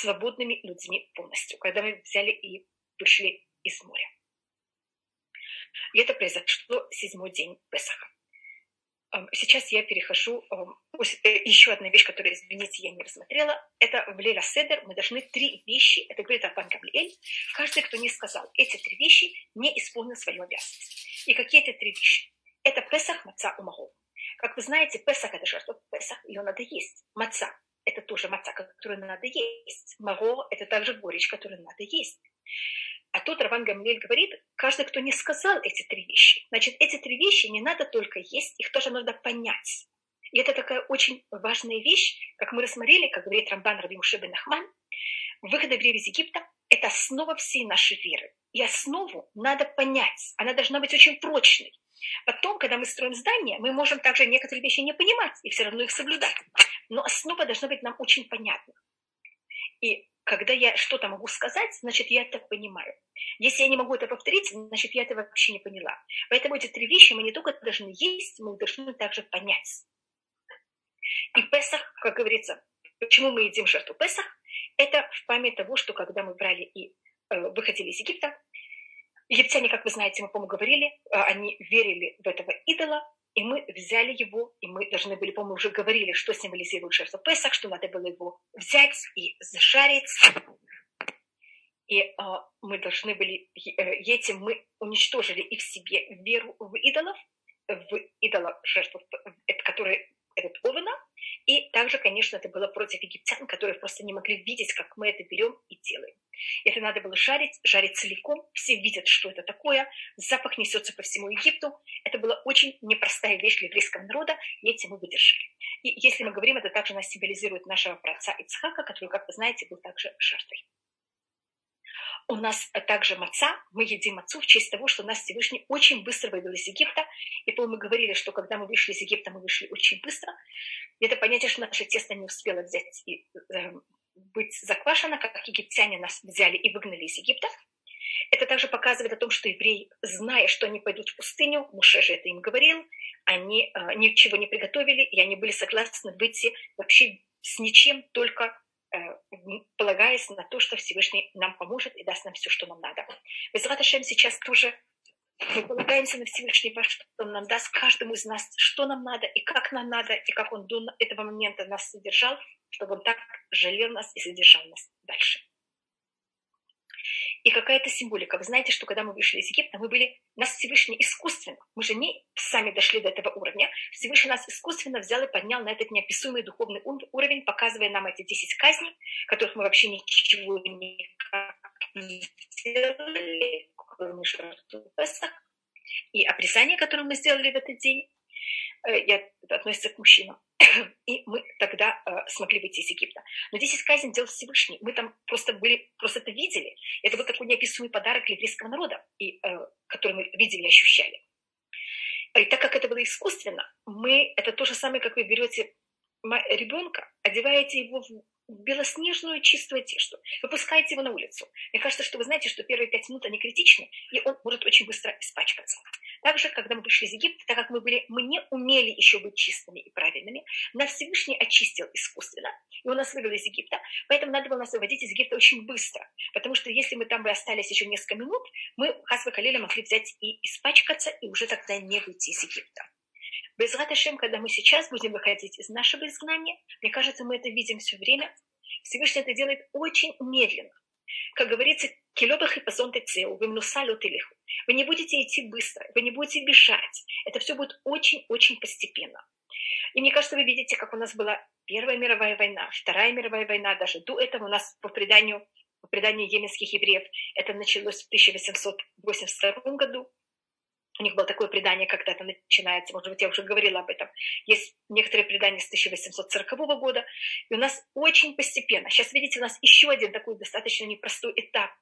свободными людьми полностью, когда мы взяли и вышли из моря. И это произошло 7-й день Песаха. Сейчас я перехожу. Еще одна вещь, которую, извините, я не рассмотрела. Это в Лейла Седер мы должны 3 вещи. Это говорит Рабан Гамлиэль. Каждый, кто не сказал эти 3 вещи, не исполнил свою обязанность. И какие это 3 вещи? Это Песах, маца, умаго. Как вы знаете, Песах – это жертва Песах, ее надо есть. Маца – это тоже маца, которую надо есть. Маго – это также горечь, которую надо есть. А тут Рабан Гамлиэль говорит, каждый, кто не сказал эти 3 вещи, значит, эти 3 вещи не надо только есть, их тоже надо понять. И это такая очень важная вещь, как мы рассмотрели, как говорит Рамбан Раби Моше бен Нахман, выход евреев из Египта – это основа всей нашей веры. И основу надо понять, она должна быть очень прочной. Потом, когда мы строим здание, мы можем также некоторые вещи не понимать и все равно их соблюдать. Но основа должна быть нам очень понятна. И когда я что-то могу сказать, значит, я это понимаю. Если я не могу это повторить, значит, я это вообще не поняла. Поэтому эти 3 вещи мы не только должны есть, мы должны также понять. И Песах, как говорится, почему мы едим жертву Песах, это в память того, что когда мы брали и выходили из Египта, египтяне, как вы знаете, мы, по-моему, говорили, они верили в этого идола, и мы взяли его, и мы должны были, по-моему, уже говорили, что символизирует жертва Песах, что надо было его взять и зажарить. И мы должны были, этим мы уничтожили и в себе веру в идолов, жертву, который этот овна, и также, конечно, это было против египтян, которые просто не могли видеть, как мы это берем и делаем. Это надо было жарить целиком, все видят, что это такое, запах несется по всему Египту. Это была очень непростая вещь для еврейского народа, и этим мы выдержали. И если мы говорим, это также нас символизирует нашего праотца Ицхака, который, как вы знаете, был также жертвой. У нас также маца, мы едим мацу в честь того, что нас Всевышний очень быстро вывел из Египта. И мы говорили, что когда мы вышли из Египта, мы вышли очень быстро. И это понятие, что наше тесто не успело взять и быть заквашено, как египтяне нас взяли и выгнали из Египта. Это также показывает о том, что евреи, зная, что они пойдут в пустыню, Моше же это им говорил, они ничего не приготовили, и они были согласны выйти вообще с ничем, только полагаясь на то, что Всевышний нам поможет и даст нам все, что нам надо. Безрат Ашем сейчас тоже мы полагаемся на Всевышнего, что Он нам даст каждому из нас, что нам надо, и как нам надо, и как Он до этого момента нас содержал, чтобы Он так жалел нас и содержал нас дальше. И какая-то символика. Вы знаете, что когда мы вышли из Египта, нас Всевышний искусственно, мы же не сами дошли до этого уровня, Всевышний нас искусственно взял и поднял на этот неописуемый духовный уровень, показывая нам эти 10 казней, которых мы вообще ничего не сделали, кроме жертвы Песах, и обрезание, которое мы сделали в этот день, это относится к мужчинам. И мы тогда смогли выйти из Египта. Но 10 казней делал Всевышний. Мы там просто это видели. Это был такой неописуемый подарок для еврейского народа, который мы видели и ощущали. И так как это было искусственно, это то же самое, как вы берете ребенка, одеваете его в белоснежную чистую одежду, выпускаете его на улицу. Мне кажется, что вы знаете, что первые 5 минут они критичны, и он может очень быстро испачкаться. Также, когда мы вышли из Египта, так как мы не умели еще быть чистыми и правильными, нас Всевышний очистил искусственно, и он нас вывел из Египта, поэтому надо было нас выводить из Египта очень быстро, потому что если мы там бы остались еще несколько минут, мы, хас ве-халеля, могли взять и испачкаться, и уже тогда не выйти из Египта. Безрат Ашем, когда мы сейчас будем выходить из нашего изгнания, мне кажется, мы это видим все время, Всевышний это делает очень медленно. Как говорится, килобах и пасон тецеу, вы мнусалю телеху. Вы не будете идти быстро, вы не будете бежать. Это все будет очень-очень постепенно. И мне кажется, вы видите, как у нас была Первая мировая война, Вторая мировая война, даже до этого у нас по преданию йеменских евреев, это началось в 1882 году. У них было такое предание, когда это начинается, может быть, я уже говорила об этом. Есть некоторые предания с 1840 года, и у нас очень постепенно. Сейчас, видите, у нас еще один такой достаточно непростой этап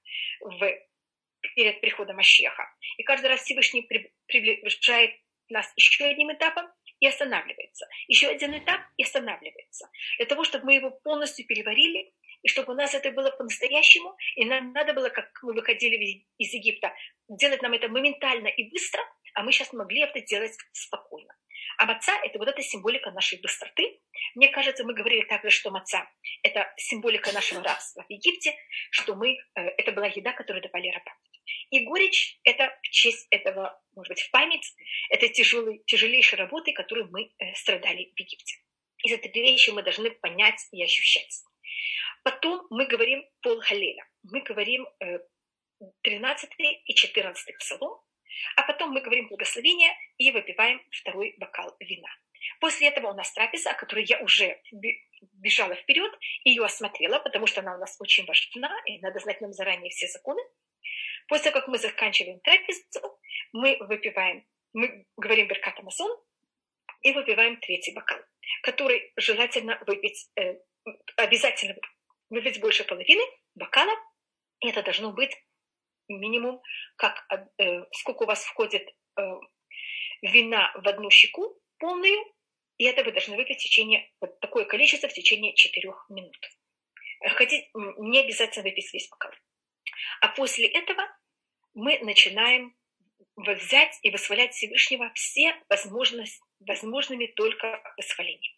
перед приходом Машиаха. И каждый раз Всевышний приближает нас еще одним этапом и останавливается. Еще один этап и останавливается. Для того, чтобы мы его полностью переварили, и чтобы у нас это было по-настоящему, и нам надо было, как мы выходили из Египта, делать нам это моментально и быстро, а мы сейчас могли это делать спокойно. А маца – это вот эта символика нашей быстроты. Мне кажется, мы говорили также, что маца – это символика нашего рабства в Египте, что это была еда, которую давали рабам. И горечь – это в честь этого, может быть, в память, это тяжелейшей работы, которой мы страдали в Египте. И эти две вещи мы должны понять и ощущать. Потом мы говорим пол халеля. Мы говорим 13 и 14 псалом, а потом мы говорим благословение и выпиваем второй бокал вина. После этого у нас трапеза, о которой я уже бежала вперед и ее осмотрела, потому что она у нас очень важна, и надо знать нам заранее все законы. После того, как мы заканчиваем трапезу, мы говорим Беркат Амазон и выпиваем третий бокал, который желательно выпить, обязательно выпить больше половины бокала. И это должно быть минимум, сколько у вас входит вина в одну щеку полную, и это вы должны выпить в течение, вот такое количество в течение 4 минут. Хотите, не обязательно выпить весь бокал. А после этого мы начинаем взять и восхвалять Всевышнего все возможными только восхвалениями.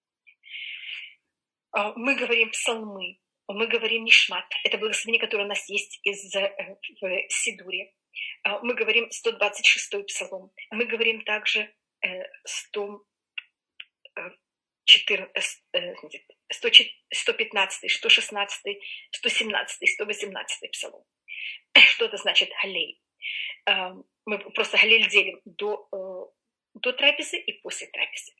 Мы говорим псалмы, мы говорим нишмат, это благословение, которое у нас есть в Сидуре. Мы говорим 126-й псалом, мы говорим также 115-й, 116-й, 117-й, 118-й псалом. Что это значит галель? Мы просто галель делим до трапезы и после трапезы.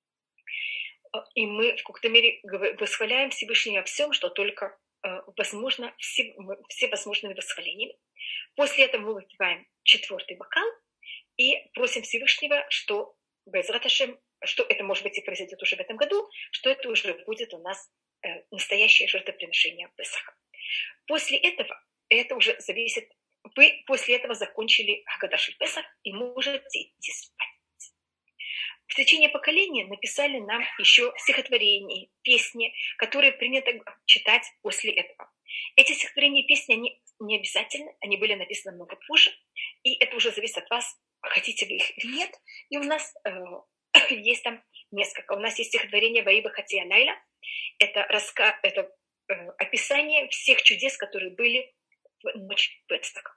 И мы в какой-то мере восхваляем Всевышнего во всем, что только возможно, все возможными восхвалениями. После этого мы выпиваем 4-й бокал и просим Всевышнего, что Бе'эзрат Ашем, что это, может быть, и произойдет уже в этом году, что это уже будет у нас настоящее жертвоприношение Песаха. После этого, это уже зависит, вы после этого закончили Хагадаш Песах и можете идти спать. В течение поколений написали нам еще стихотворения, песни, которые принято читать после этого. Эти стихотворения и песни, они не обязательны, они были написаны много позже, и это уже зависит от вас, хотите вы их или нет. И у нас есть там несколько. У нас есть стихотворение «Ваиба Хатия Найла». Это описание всех чудес, которые были в ночь Песаха.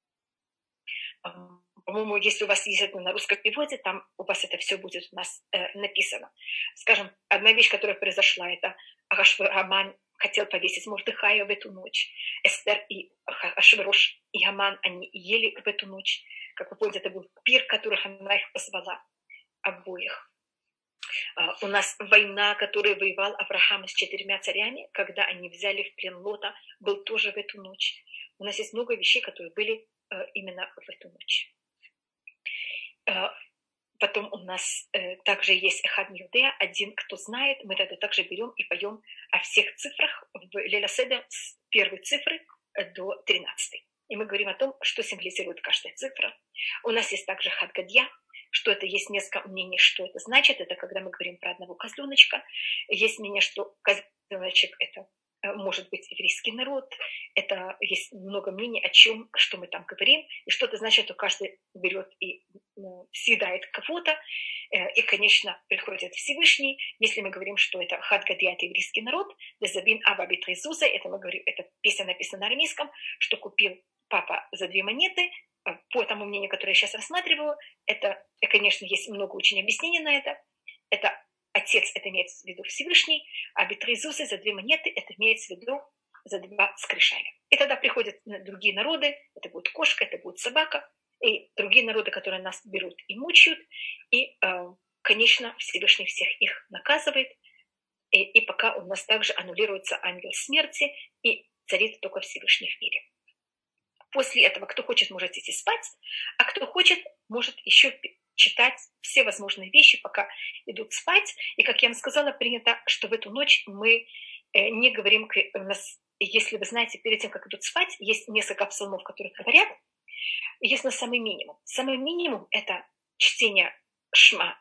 По-моему, если у вас есть это на русском переводе, там у вас это все будет у нас написано. Скажем, одна вещь, которая произошла, это Аман хотел повесить Мордехая в эту ночь. Эстер и Ашверош и Аман, они ели в эту ночь. Как вы помните, это был пир, который она их позвала обоих. У нас война, которую воевал Авраам с 4 царями, когда они взяли в плен Лота, был тоже в эту ночь. У нас есть много вещей, которые были именно в эту ночь. Потом у нас также есть Эхад Миудея, один, кто знает. Мы тогда также берем и поем о всех цифрах в Лейла Седер с 1 цифры до 13. И мы говорим о том, что символизирует каждая цифра. У нас есть также Хад Гадья, что это есть несколько мнений, что это значит. Это когда мы говорим про одного козленочка. Есть мнение, что козленочек – это может быть еврейский народ. Это есть много мнений о чем, что мы там говорим. И что это значит, что каждый берет и съедает кого-то. И, конечно, приходит Всевышний. Если мы говорим, что это Хад Гадья, это еврейский народ, Дезабин Аба Битризуза, это мы говорим, эта песня написана на арамейском, что купил папа за 2 монеты. По тому мнению, которое я сейчас рассматриваю, это, конечно, есть много очень объяснений на это. Это отец, это имеется в виду Всевышний, а Битризузы за 2 монеты, это имеется в виду за 2 скрижаля. И тогда приходят другие народы, это будет кошка, это будет собака, и другие народы, которые нас берут и мучают, и, конечно, Всевышний всех их наказывает, и пока у нас также аннулируется ангел смерти, и царит только Всевышний в мире. После этого, кто хочет, может идти спать, а кто хочет, может еще читать все возможные вещи, пока идут спать. И, как я вам сказала, принято, что в эту ночь мы не говорим, у нас, если вы знаете, перед тем, как идут спать, есть несколько псалмов, которые говорят, есть на самый минимум. Самый минимум – это чтение Шма,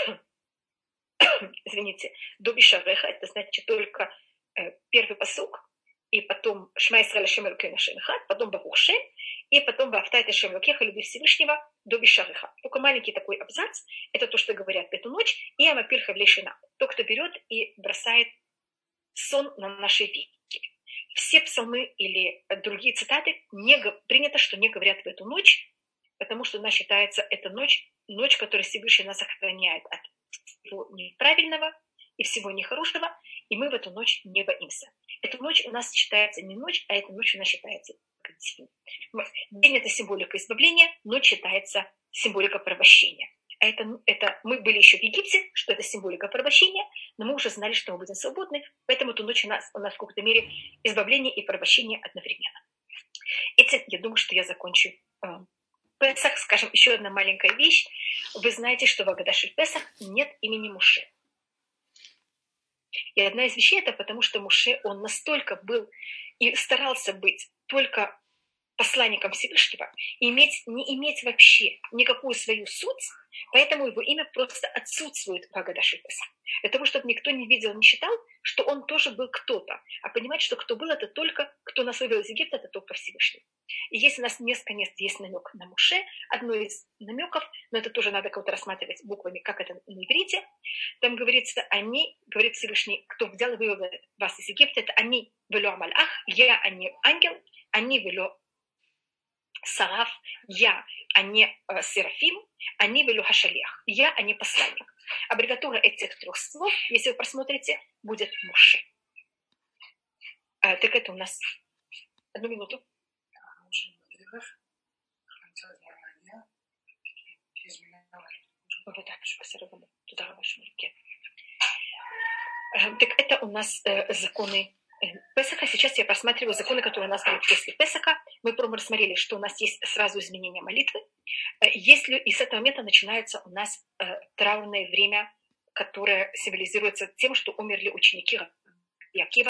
извините, до Бишареха, это значит только первый пасук, и потом Шма Исраэль Ашем Элокейну Ашем Эхад, потом Барух Шем, и потом Вафтай Ашем Элокеха, люби Всевышнего, до Бишареха. Только маленький такой абзац, это то, что говорят в эту ночь, и Амапир Хавлей Шина, тот, кто берет и бросает сон на наши веки. Все псалмы или другие цитаты принято, что не говорят в эту ночь, потому что она считается, эта ночь, которая Всевышний нас охраняет от всего неправильного и всего нехорошего, и мы в эту ночь не боимся. Эта ночь у нас считается не ночь, а эта ночь у нас считается как день. День – это символика избавления, ночь считается символика порабощения. А это мы были еще в Египте, что это символика порабощения, но мы уже знали, что мы будем свободны, поэтому эту ночь у нас в какой-то мере избавление и порабощение одновременно. Этим, я думаю, что я закончу Песах. Скажем, еще одна маленькая вещь. Вы знаете, что в Агадашель Песах нет имени Моше. И одна из вещей это потому, что Моше, он настолько был и старался быть только посланником Всевышнего и не иметь вообще никакую свою суть, поэтому его имя просто отсутствует в Агадашель Песах. Для того, чтобы никто не видел, не считал, что он тоже был кто-то, а понимать, что кто был, это только, кто нас вывел из Египта, это только Всевышний. И если у нас несколько мест есть намек на Моше, одно из намеков, но это тоже надо кого-то рассматривать буквами, как это на иврите, там говорится, говорит Всевышний, кто взял и вывел вас из Египта, это они вело амалах, я, а не ангел, они вело Сараф, я, а не Серафим, они велю Хашалиах, я, а не посланник. Аббревиатура этих трех слов, если вы просмотрите, будет Моше. Так это у нас... Одну минуту. Так это у нас законы Песаха. Сейчас я просматриваю законы, которые у нас будут после Песаха. Мы рассмотрели, что у нас есть сразу изменение молитвы. И с этого момента начинается у нас траурное время, которое символизируется тем, что умерли ученики Якива.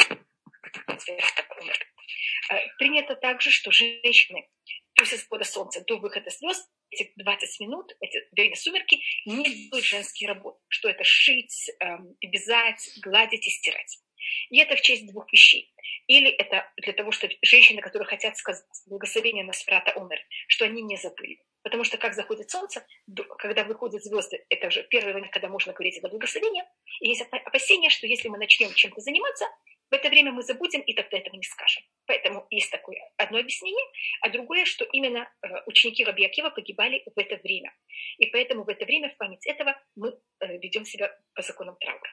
Принято также, что женщины после восхода солнца до выхода звезд, эти 20 минут, эти время сумерки, не делают женские работы. Что это? Шить, вязать, гладить и стирать. И это в честь двух вещей. Или это для того, чтобы женщины, которые хотят сказать благословение на Сфрата Омер, что они не забыли. Потому что как заходит солнце, когда выходят звезды, это уже первое время, когда можно говорить это благословение. И есть опасение, что если мы начнем чем-то заниматься, в это время мы забудем, и тогда этого не скажем. Поэтому есть такое одно объяснение, а другое, что именно ученики Раби Акива погибали в это время. И поэтому в это время, в память этого, мы ведем себя по законам траура.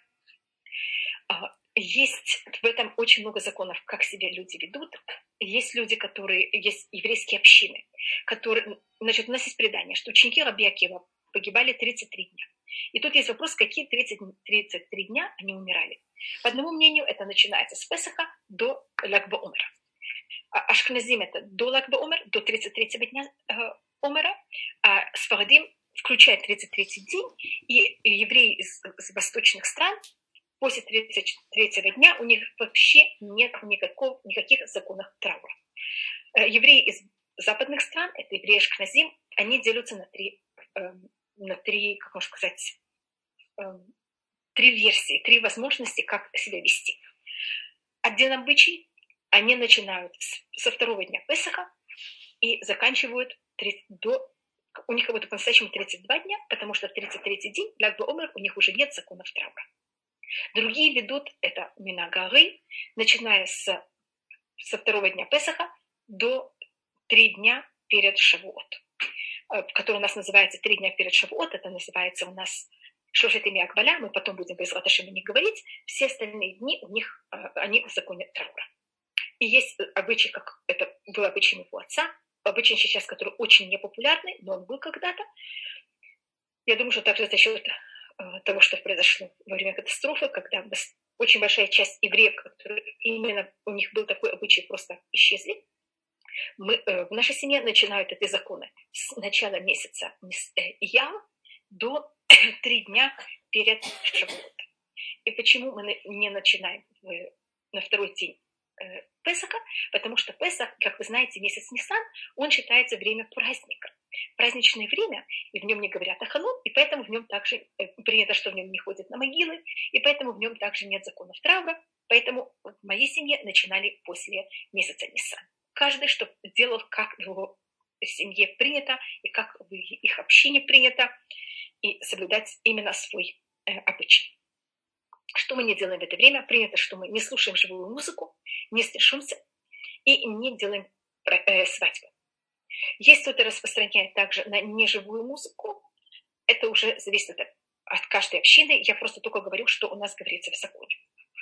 Есть в этом очень много законов, как себя люди ведут. Есть люди, есть еврейские общины, значит, у нас есть предание, что ученики Раби Акива погибали 33 дня. И тут есть вопрос, какие 33 дня они умирали. По одному мнению, это начинается с Песаха до Lag-ба-Омера. Ашкназим это до Lag-ба-Омер, до 33-го дня Омера, а Сфарадим включает 33-й день, и евреи из восточных стран после 33-го дня у них вообще нет никаких законов траура. Евреи из западных стран, это евреи Ашкназим, они делятся на три, как можно сказать, три версии, три возможности, как себя вести. Один обычай, они начинают со второго дня Песаха и заканчивают у них как будто по-настоящему 32 дня, потому что в 33-й день, Lag-ба-Омер, у них уже нет законов траура. Другие ведут это Минагары, начиная со второго дня Песаха до 3 дня перед Шавуот, который у нас называется 3 дня перед Шавуот, это называется у нас Шлошетими Акбаля, мы потом будем без Раташим о них говорить, все остальные дни у них, они в законе траура. И есть обычай, как это был обычай моего отца, обычай сейчас, который очень непопулярный, но он был когда-то. Я думаю, что также за счет того, что произошло во время катастрофы, когда очень большая часть евреев, которые именно у них был такой обычай, просто исчезли. В нашей семье начинают эти законы с начала месяца Ияр до 3 дня перед Шавуот. И почему мы не начинаем на второй день Песаха? Потому что Песах, как вы знаете, месяц Нисан, он считается время праздника. Праздничное время, и в нем не говорят о Халон, и поэтому в нем также принято, что в нем не ходят на могилы, и поэтому в нем также нет законов траура. Поэтому в моей семье начинали после месяца Нисан. Каждый, что делал, как в его семье принято, и как в их общине принято, и соблюдать именно свой обычай. Что мы не делаем в это время? Принято, что мы не слушаем живую музыку, не стешимся и не делаем свадьбу. Если кто-то распространяет также на неживую музыку, это уже зависит от каждой общины. Я просто только говорю, что у нас говорится в законе.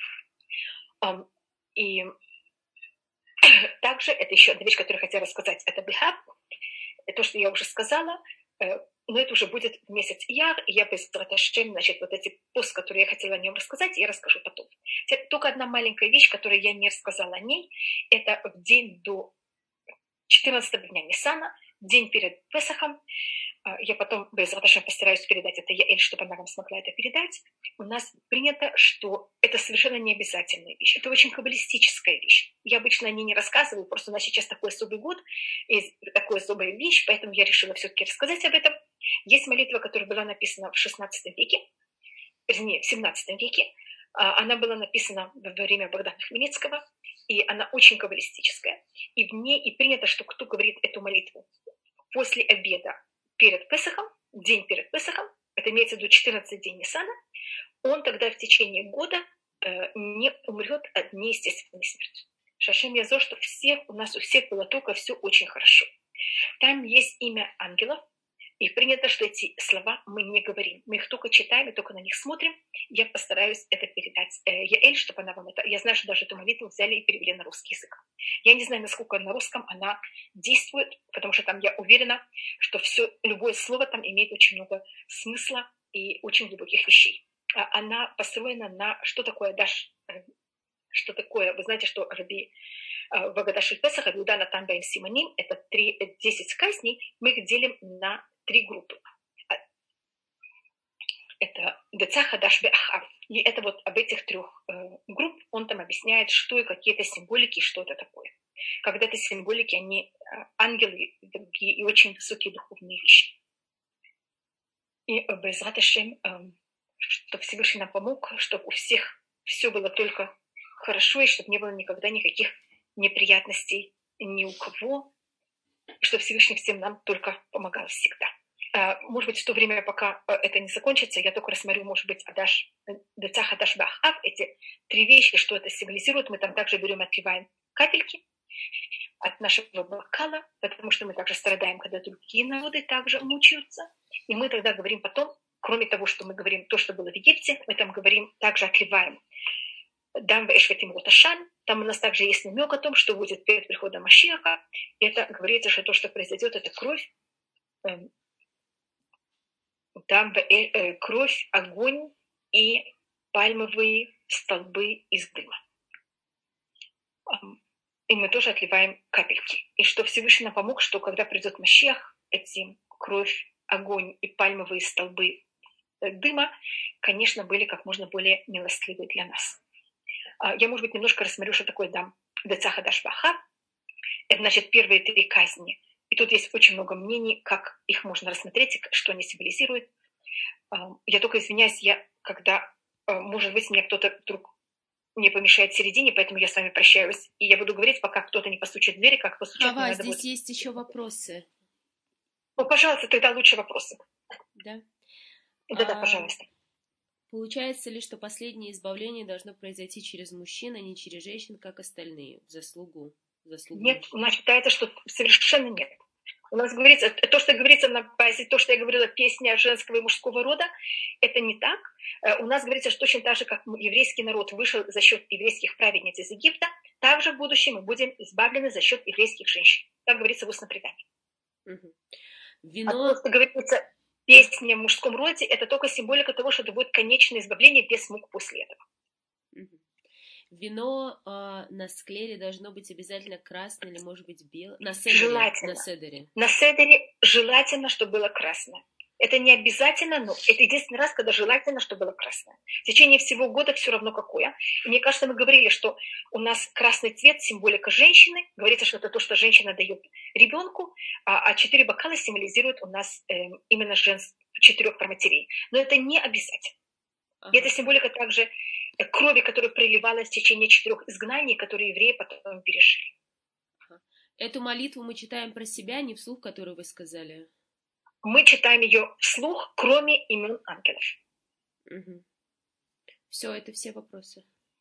И также, это еще одна вещь, которую я хотела рассказать, это бихаб. То, что я уже сказала, но это уже будет в месяц Ияр, и я без Раташем, значит, вот эти пост, которые я хотела о нем рассказать, я расскажу потом. Только одна маленькая вещь, которую я не рассказала о ней, это в день до 14 дня Ниссана, день перед Песахом. Я потом без Раташем постараюсь передать это Яэль, чтобы она вам смогла это передать. У нас принято, что это совершенно не обязательная вещь. Это очень каббалистическая вещь. Я обычно о ней не рассказываю, просто у нас сейчас такой особый год и такая особая вещь, поэтому я решила все-таки рассказать об этом. Есть молитва, которая была написана в XVI веке, вернее, в XVII веке. Она была написана во время Богдана Хмельницкого, и она очень каббалистическая. И в ней и принято, что кто говорит эту молитву после обеда перед Песахом, день перед Песахом, это имеется в виду 14 дней Ниссана, он тогда в течение года не умрет от неестественной смерти. Шашем Язо, что у нас у всех было только все очень хорошо. Там есть имя ангелов, и принято, что эти слова мы не говорим. Мы их только читаем и только на них смотрим. Я постараюсь это передать Яэль, чтобы она вам это... Я знаю, что даже эту молитву взяли и перевели на русский язык. Я не знаю, насколько на русском она действует, потому что там я уверена, что любое слово там имеет очень много смысла и очень глубоких вещей. Она построена на... Что такое Даш? Что такое? Вы знаете, что Раби в Агадаши Песаха, Иуда Натан Баим Симоним, это 10 казней, мы их делим на 3 группы. Это Деца Хадаш Беахав. И это вот об этих 3 групп он там объясняет, что и какие-то символики, что это такое. Когда это символики, они ангелы другие и очень высокие духовные вещи. И Безрат Ашем, чтобы Всевышний нам помог, чтобы у всех все было только хорошо, и чтобы не было никогда никаких неприятностей ни у кого, и чтобы Всевышний всем нам только помогал всегда. Может быть, в то время, пока это не закончится, я только рассмотрю, может быть, Децах Адаш Бахав, эти 3 вещи, что это символизирует. Мы там также берем и отливаем капельки от нашего бокала, потому что мы также страдаем, когда другие народы также мучаются. И мы тогда говорим потом, кроме того, что мы говорим то, что было в Египте, мы там говорим, также отливаем Дам Вэшватим Роташан. Там у нас также есть намек о том, что будет перед приходом Машиаха. И это говорится, что то, что произойдет, это кровь, кровь, огонь и пальмовые столбы из дыма. И мы тоже отливаем капельки. И что Всевышний нам помог, что когда придет Машиах, эти кровь, огонь и пальмовые столбы дыма, конечно, были как можно более милостливы для нас. Я, может быть, немножко рассмотрю, что такое Дам Деца Хадаш Бахав. Это, значит, первые 3 казни. И тут есть очень много мнений, как их можно рассмотреть, что они символизируют. Я только извиняюсь, может быть, мне кто-то вдруг не помешает в середине, поэтому я с вами прощаюсь. И я буду говорить, пока кто-то не постучит в дверь, как постучат. Здесь есть еще вопросы. Ну, пожалуйста, тогда лучше вопросы. Да? Да, пожалуйста. Получается ли, что последнее избавление должно произойти через мужчин, а не через женщин, как остальные, в заслугу? Нет, у нас считается, что совершенно нет. У нас говорится, то, что говорится на базе, то, что я говорила, песня женского и мужского рода, это не так. У нас говорится, что точно так же, как еврейский народ вышел за счет еврейских праведниц из Египта, также в будущем мы будем избавлены за счет еврейских женщин. Так говорится в устном предании. А то, что говорится, песня в мужском роде, это только символика того, что это будет конечное избавление без мук после этого. Вино на склере должно быть обязательно красное или, может быть, белое? На седере. Желательно. На седере. На седере желательно, чтобы было красное. Это не обязательно, но это единственный раз, когда желательно, чтобы было красное. В течение всего года все равно какое. И мне кажется, мы говорили, что у нас красный цвет, символика женщины. Говорится, что это то, что женщина дает ребенку, а 4 бокала символизируют у нас именно 4 праматерей. Но это не обязательно. И это символика также крови, которая проливалась в течение 4 изгнаний, которые евреи потом пережили. Эту молитву мы читаем про себя, не вслух, которую вы сказали. Мы читаем ее вслух, кроме имен ангелов. Все, это все вопросы.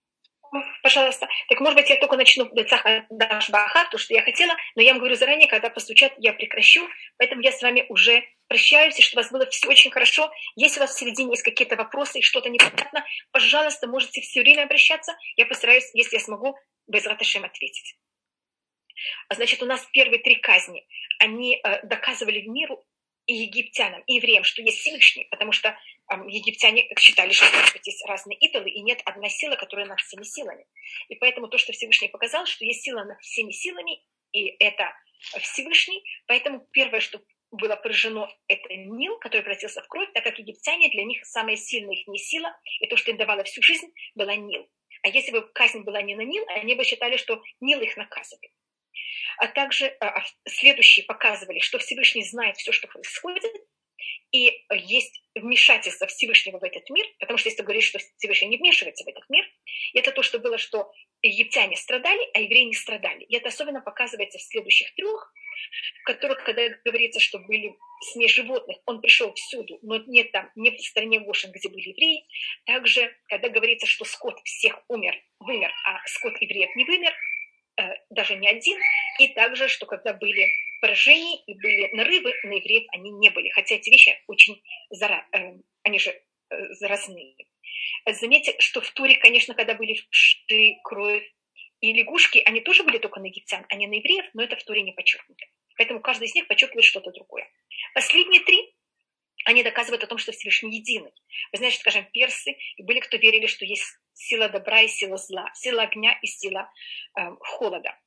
Пожалуйста. Так, может быть, я только начну Даш Баахар, то, что я хотела, но я вам говорю заранее, когда постучат, я прекращу. Поэтому я с вами уже прощаюсь, и чтобы у вас было все очень хорошо. Если у вас в середине есть какие-то вопросы и что-то непонятно, пожалуйста, можете все время обращаться. Я постараюсь, если я смогу, без раташем ответить. Значит, у нас первые 3 казни, они доказывали миру и египтянам, и евреям, что есть Всевышний, потому что египтяне считали, что есть разные идолы, и нет одной силы, которая над всеми силами. И поэтому то, что Всевышний показал, что есть сила над всеми силами, и это Всевышний, поэтому первое, что было поражено, это Нил, который превратился в кровь, так как египтяне, для них самая сильная их не сила, и то, что им давало всю жизнь, была Нил. А если бы казнь была не на Нил, они бы считали, что Нил их наказывает. А также следующие показывали, что Всевышний знает все, что происходит, и есть вмешательство Всевышнего в этот мир, потому что если говорить, что Всевышний не вмешивается в этот мир, и это то, что было, что египтяне страдали, а евреи не страдали. И это особенно показывается в следующих 3, в которых, когда говорится, что были смесь животных, он пришел всюду, но нет там, не в стране Гошен, где были евреи. Также, когда говорится, что скот всех вымер, а скот евреев не вымер, даже не один, и также, что когда были поражения и были нарывы, на евреев они не были, хотя эти вещи очень они же заразные. Заметьте, что в Туре, конечно, когда были вши, кровь и лягушки, они тоже были только на египтян, а не на евреев, но это в Туре не подчеркнуто. Поэтому каждый из них подчеркивает что-то другое. Последние 3, они доказывают о том, что Всевышний единый. Вы знаете, скажем, персы, и были, кто верили, что есть сила добра и сила зла, сила огня и сила холода,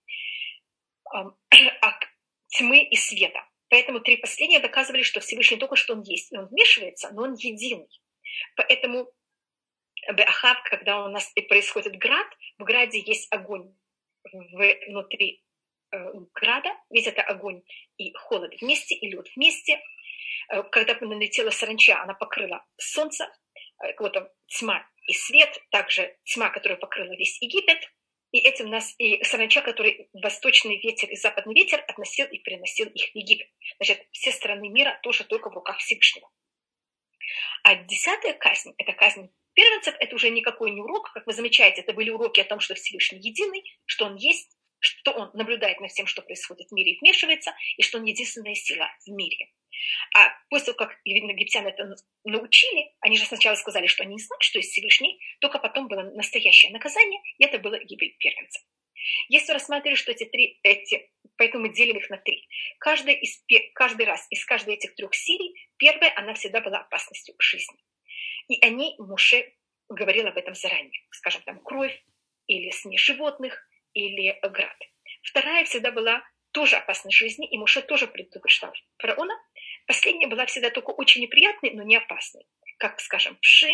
тьмы и света. Поэтому 3 последние доказывали, что Всевышний только что он есть, и он вмешивается, но он единый. Поэтому Беахав, когда у нас происходит град, в граде есть огонь внутри града, ведь это огонь и холод вместе, и лед вместе. Когда налетела саранча, она покрыла солнце, вот тьма и свет, также тьма, которая покрыла весь Египет, и этим нас и саранча, который восточный ветер и западный ветер относил и переносил их в Египет. Значит, все страны мира тоже только в руках Всевышнего. А 10-я казнь, это казнь первенцев, это уже никакой не урок, как вы замечаете, это были уроки о том, что Всевышний единый, что он есть, что он наблюдает над всем, что происходит в мире и вмешивается, и что он единственная сила в мире. А после того, как египтяне это научили, они же сначала сказали, что они не знают, что есть Всевышний, только потом было настоящее наказание, и это было гибель первенца. Если рассматривали, что поэтому мы делим их на 3. Каждый раз из каждой этих 3 серий, первая, она всегда была опасностью жизни. И о ней Моше говорил об этом заранее. Скажем, там кровь, или смесь животных, или град. Вторая всегда была тоже опасность жизни, и Моше тоже предупреждал фараона. Последняя была всегда только очень неприятной, но не опасной. Как, скажем, вши,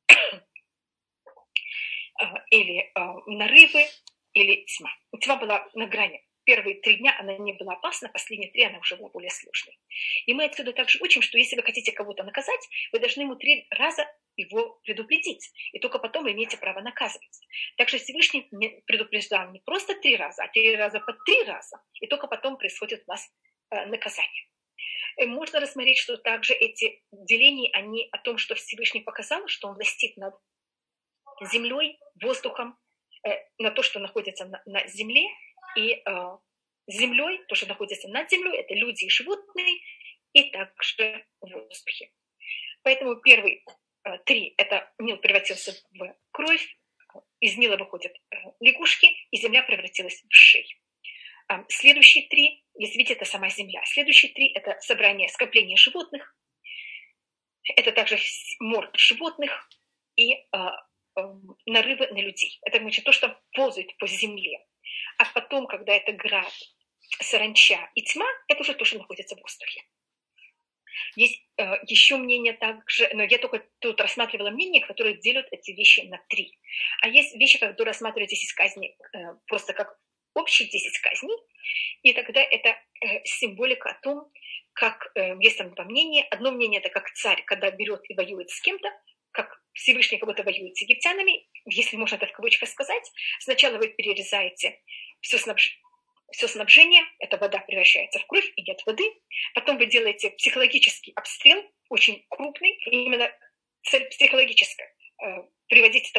или нарывы, или тьма. Тьма была на грани. Первые 3 дня она не была опасна, последние 3 она уже была более сложной. И мы отсюда также учим, что если вы хотите кого-то наказать, вы должны ему 3 раза его предупредить. И только потом вы имеете право наказывать. Также Всевышний предупреждал не просто 3 раза, а 3 раза по 3 раза. И только потом происходит у нас наказание. И можно рассмотреть, что также эти деления, они о том, что Всевышний показал, что он властит над землей, воздухом, на то, что находится на земле, и землей, то, что находится над землей, это люди и животные, и также в воздухе. Поэтому первые 3, это Нил превратился в кровь, из Нила выходят лягушки, и земля превратилась в шей. Следующие 3, если видите, это сама земля. Следующие 3, это скопление животных, это также мор животных и нарывы на людей. Это значит то, что ползает по земле. А потом, когда это град, саранча и тьма, это уже то, что находится в воздухе. Есть еще мнение также, но я только тут рассматривала мнения, которые делят эти вещи на 3. А есть вещи, которые рассматривают 10 казней просто как общие 10 казней, и тогда это символика о том, как есть там 2 мнения. Одно мнение это как царь, когда берет и воюет с кем-то, как Всевышний кого-то воюет с египтянами, если можно это в кавычках сказать. Сначала вы перерезаете все снабжение, эта вода превращается в кровь, и нет воды. Потом вы делаете психологический обстрел, очень крупный, и именно цель психологическая. Приводите такой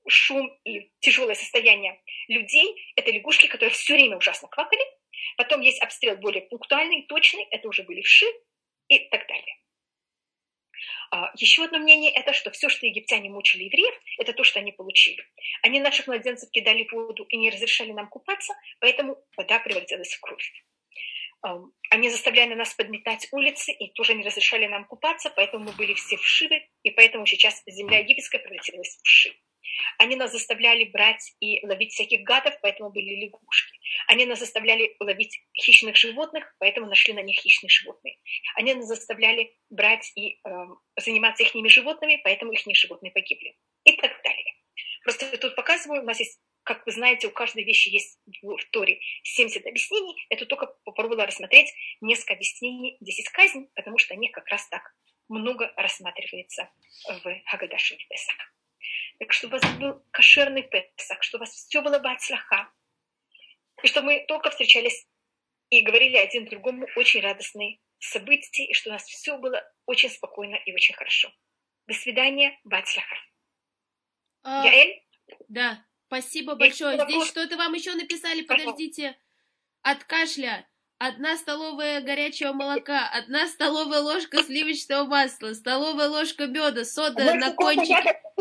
шум и тяжелое состояние людей, это лягушки, которые все время ужасно квакали. Потом есть обстрел более пунктуальный, точный, это уже были вши и так далее. Еще одно мнение – это, что все, что египтяне мучили евреев, это то, что они получили. Они наших младенцев кидали в воду и не разрешали нам купаться, поэтому вода превратилась в кровь. Они заставляли нас подметать улицы и тоже не разрешали нам купаться, поэтому мы были все вшивы, и поэтому сейчас земля египетская превратилась в вши. Они нас заставляли брать и ловить всяких гадов, поэтому были лягушки. Они нас заставляли ловить хищных животных, поэтому нашли на них хищных животных. Они нас заставляли брать и заниматься их животными, поэтому их животные погибли. И так далее. Просто я тут показываю, у нас есть, как вы знаете, у каждой вещи есть в Торе 70 объяснений. Я тут только попробовала рассмотреть несколько объяснений. Здесь есть казнь, потому что о них как раз так много рассматривается в Хагадаше Песах. Так чтобы у вас был кошерный Песах, чтобы у вас все было бацлаха, и чтобы мы только встречались и говорили один другому очень радостные события, и что у нас все было очень спокойно и очень хорошо. До свидания, бацлаха. Яэль? Да, спасибо большое. Здесь что-то вам еще написали, подождите. От кашля. 1 столовая горячего молока, 1 столовая ложка сливочного масла, столовая ложка меда, сода на кончике.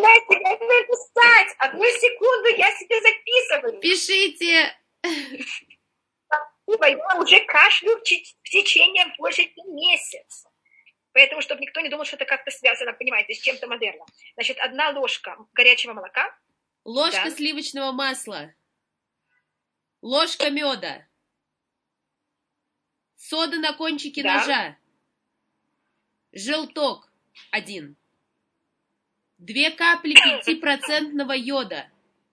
Одну секунду, я себе записываю. Пишите. Я уже кашлю в течение больше месяца. Поэтому, чтобы никто не думал, что это как-то связано, понимаете, с чем-то модерном. Значит, 1 ложка горячего молока. Ложка сливочного масла. Ложка меда. Сода на кончике ножа. Желток 1. 2 капли 5% йода.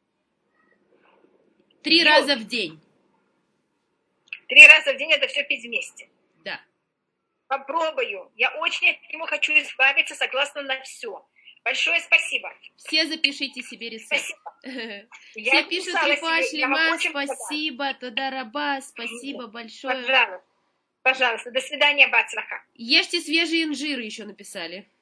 3 раза в день. 3 раза в день это все пить вместе. Да. Попробую. Я очень от него хочу избавиться, согласна на все. Большое спасибо. Все запишите себе рецепт. Спасибо. Все пишут рифуа шлема, спасибо, тода-раба, спасибо большое. Пожалуйста. Пожалуйста. До свидания, бацлаха. Ешьте свежий инжир, еще написали.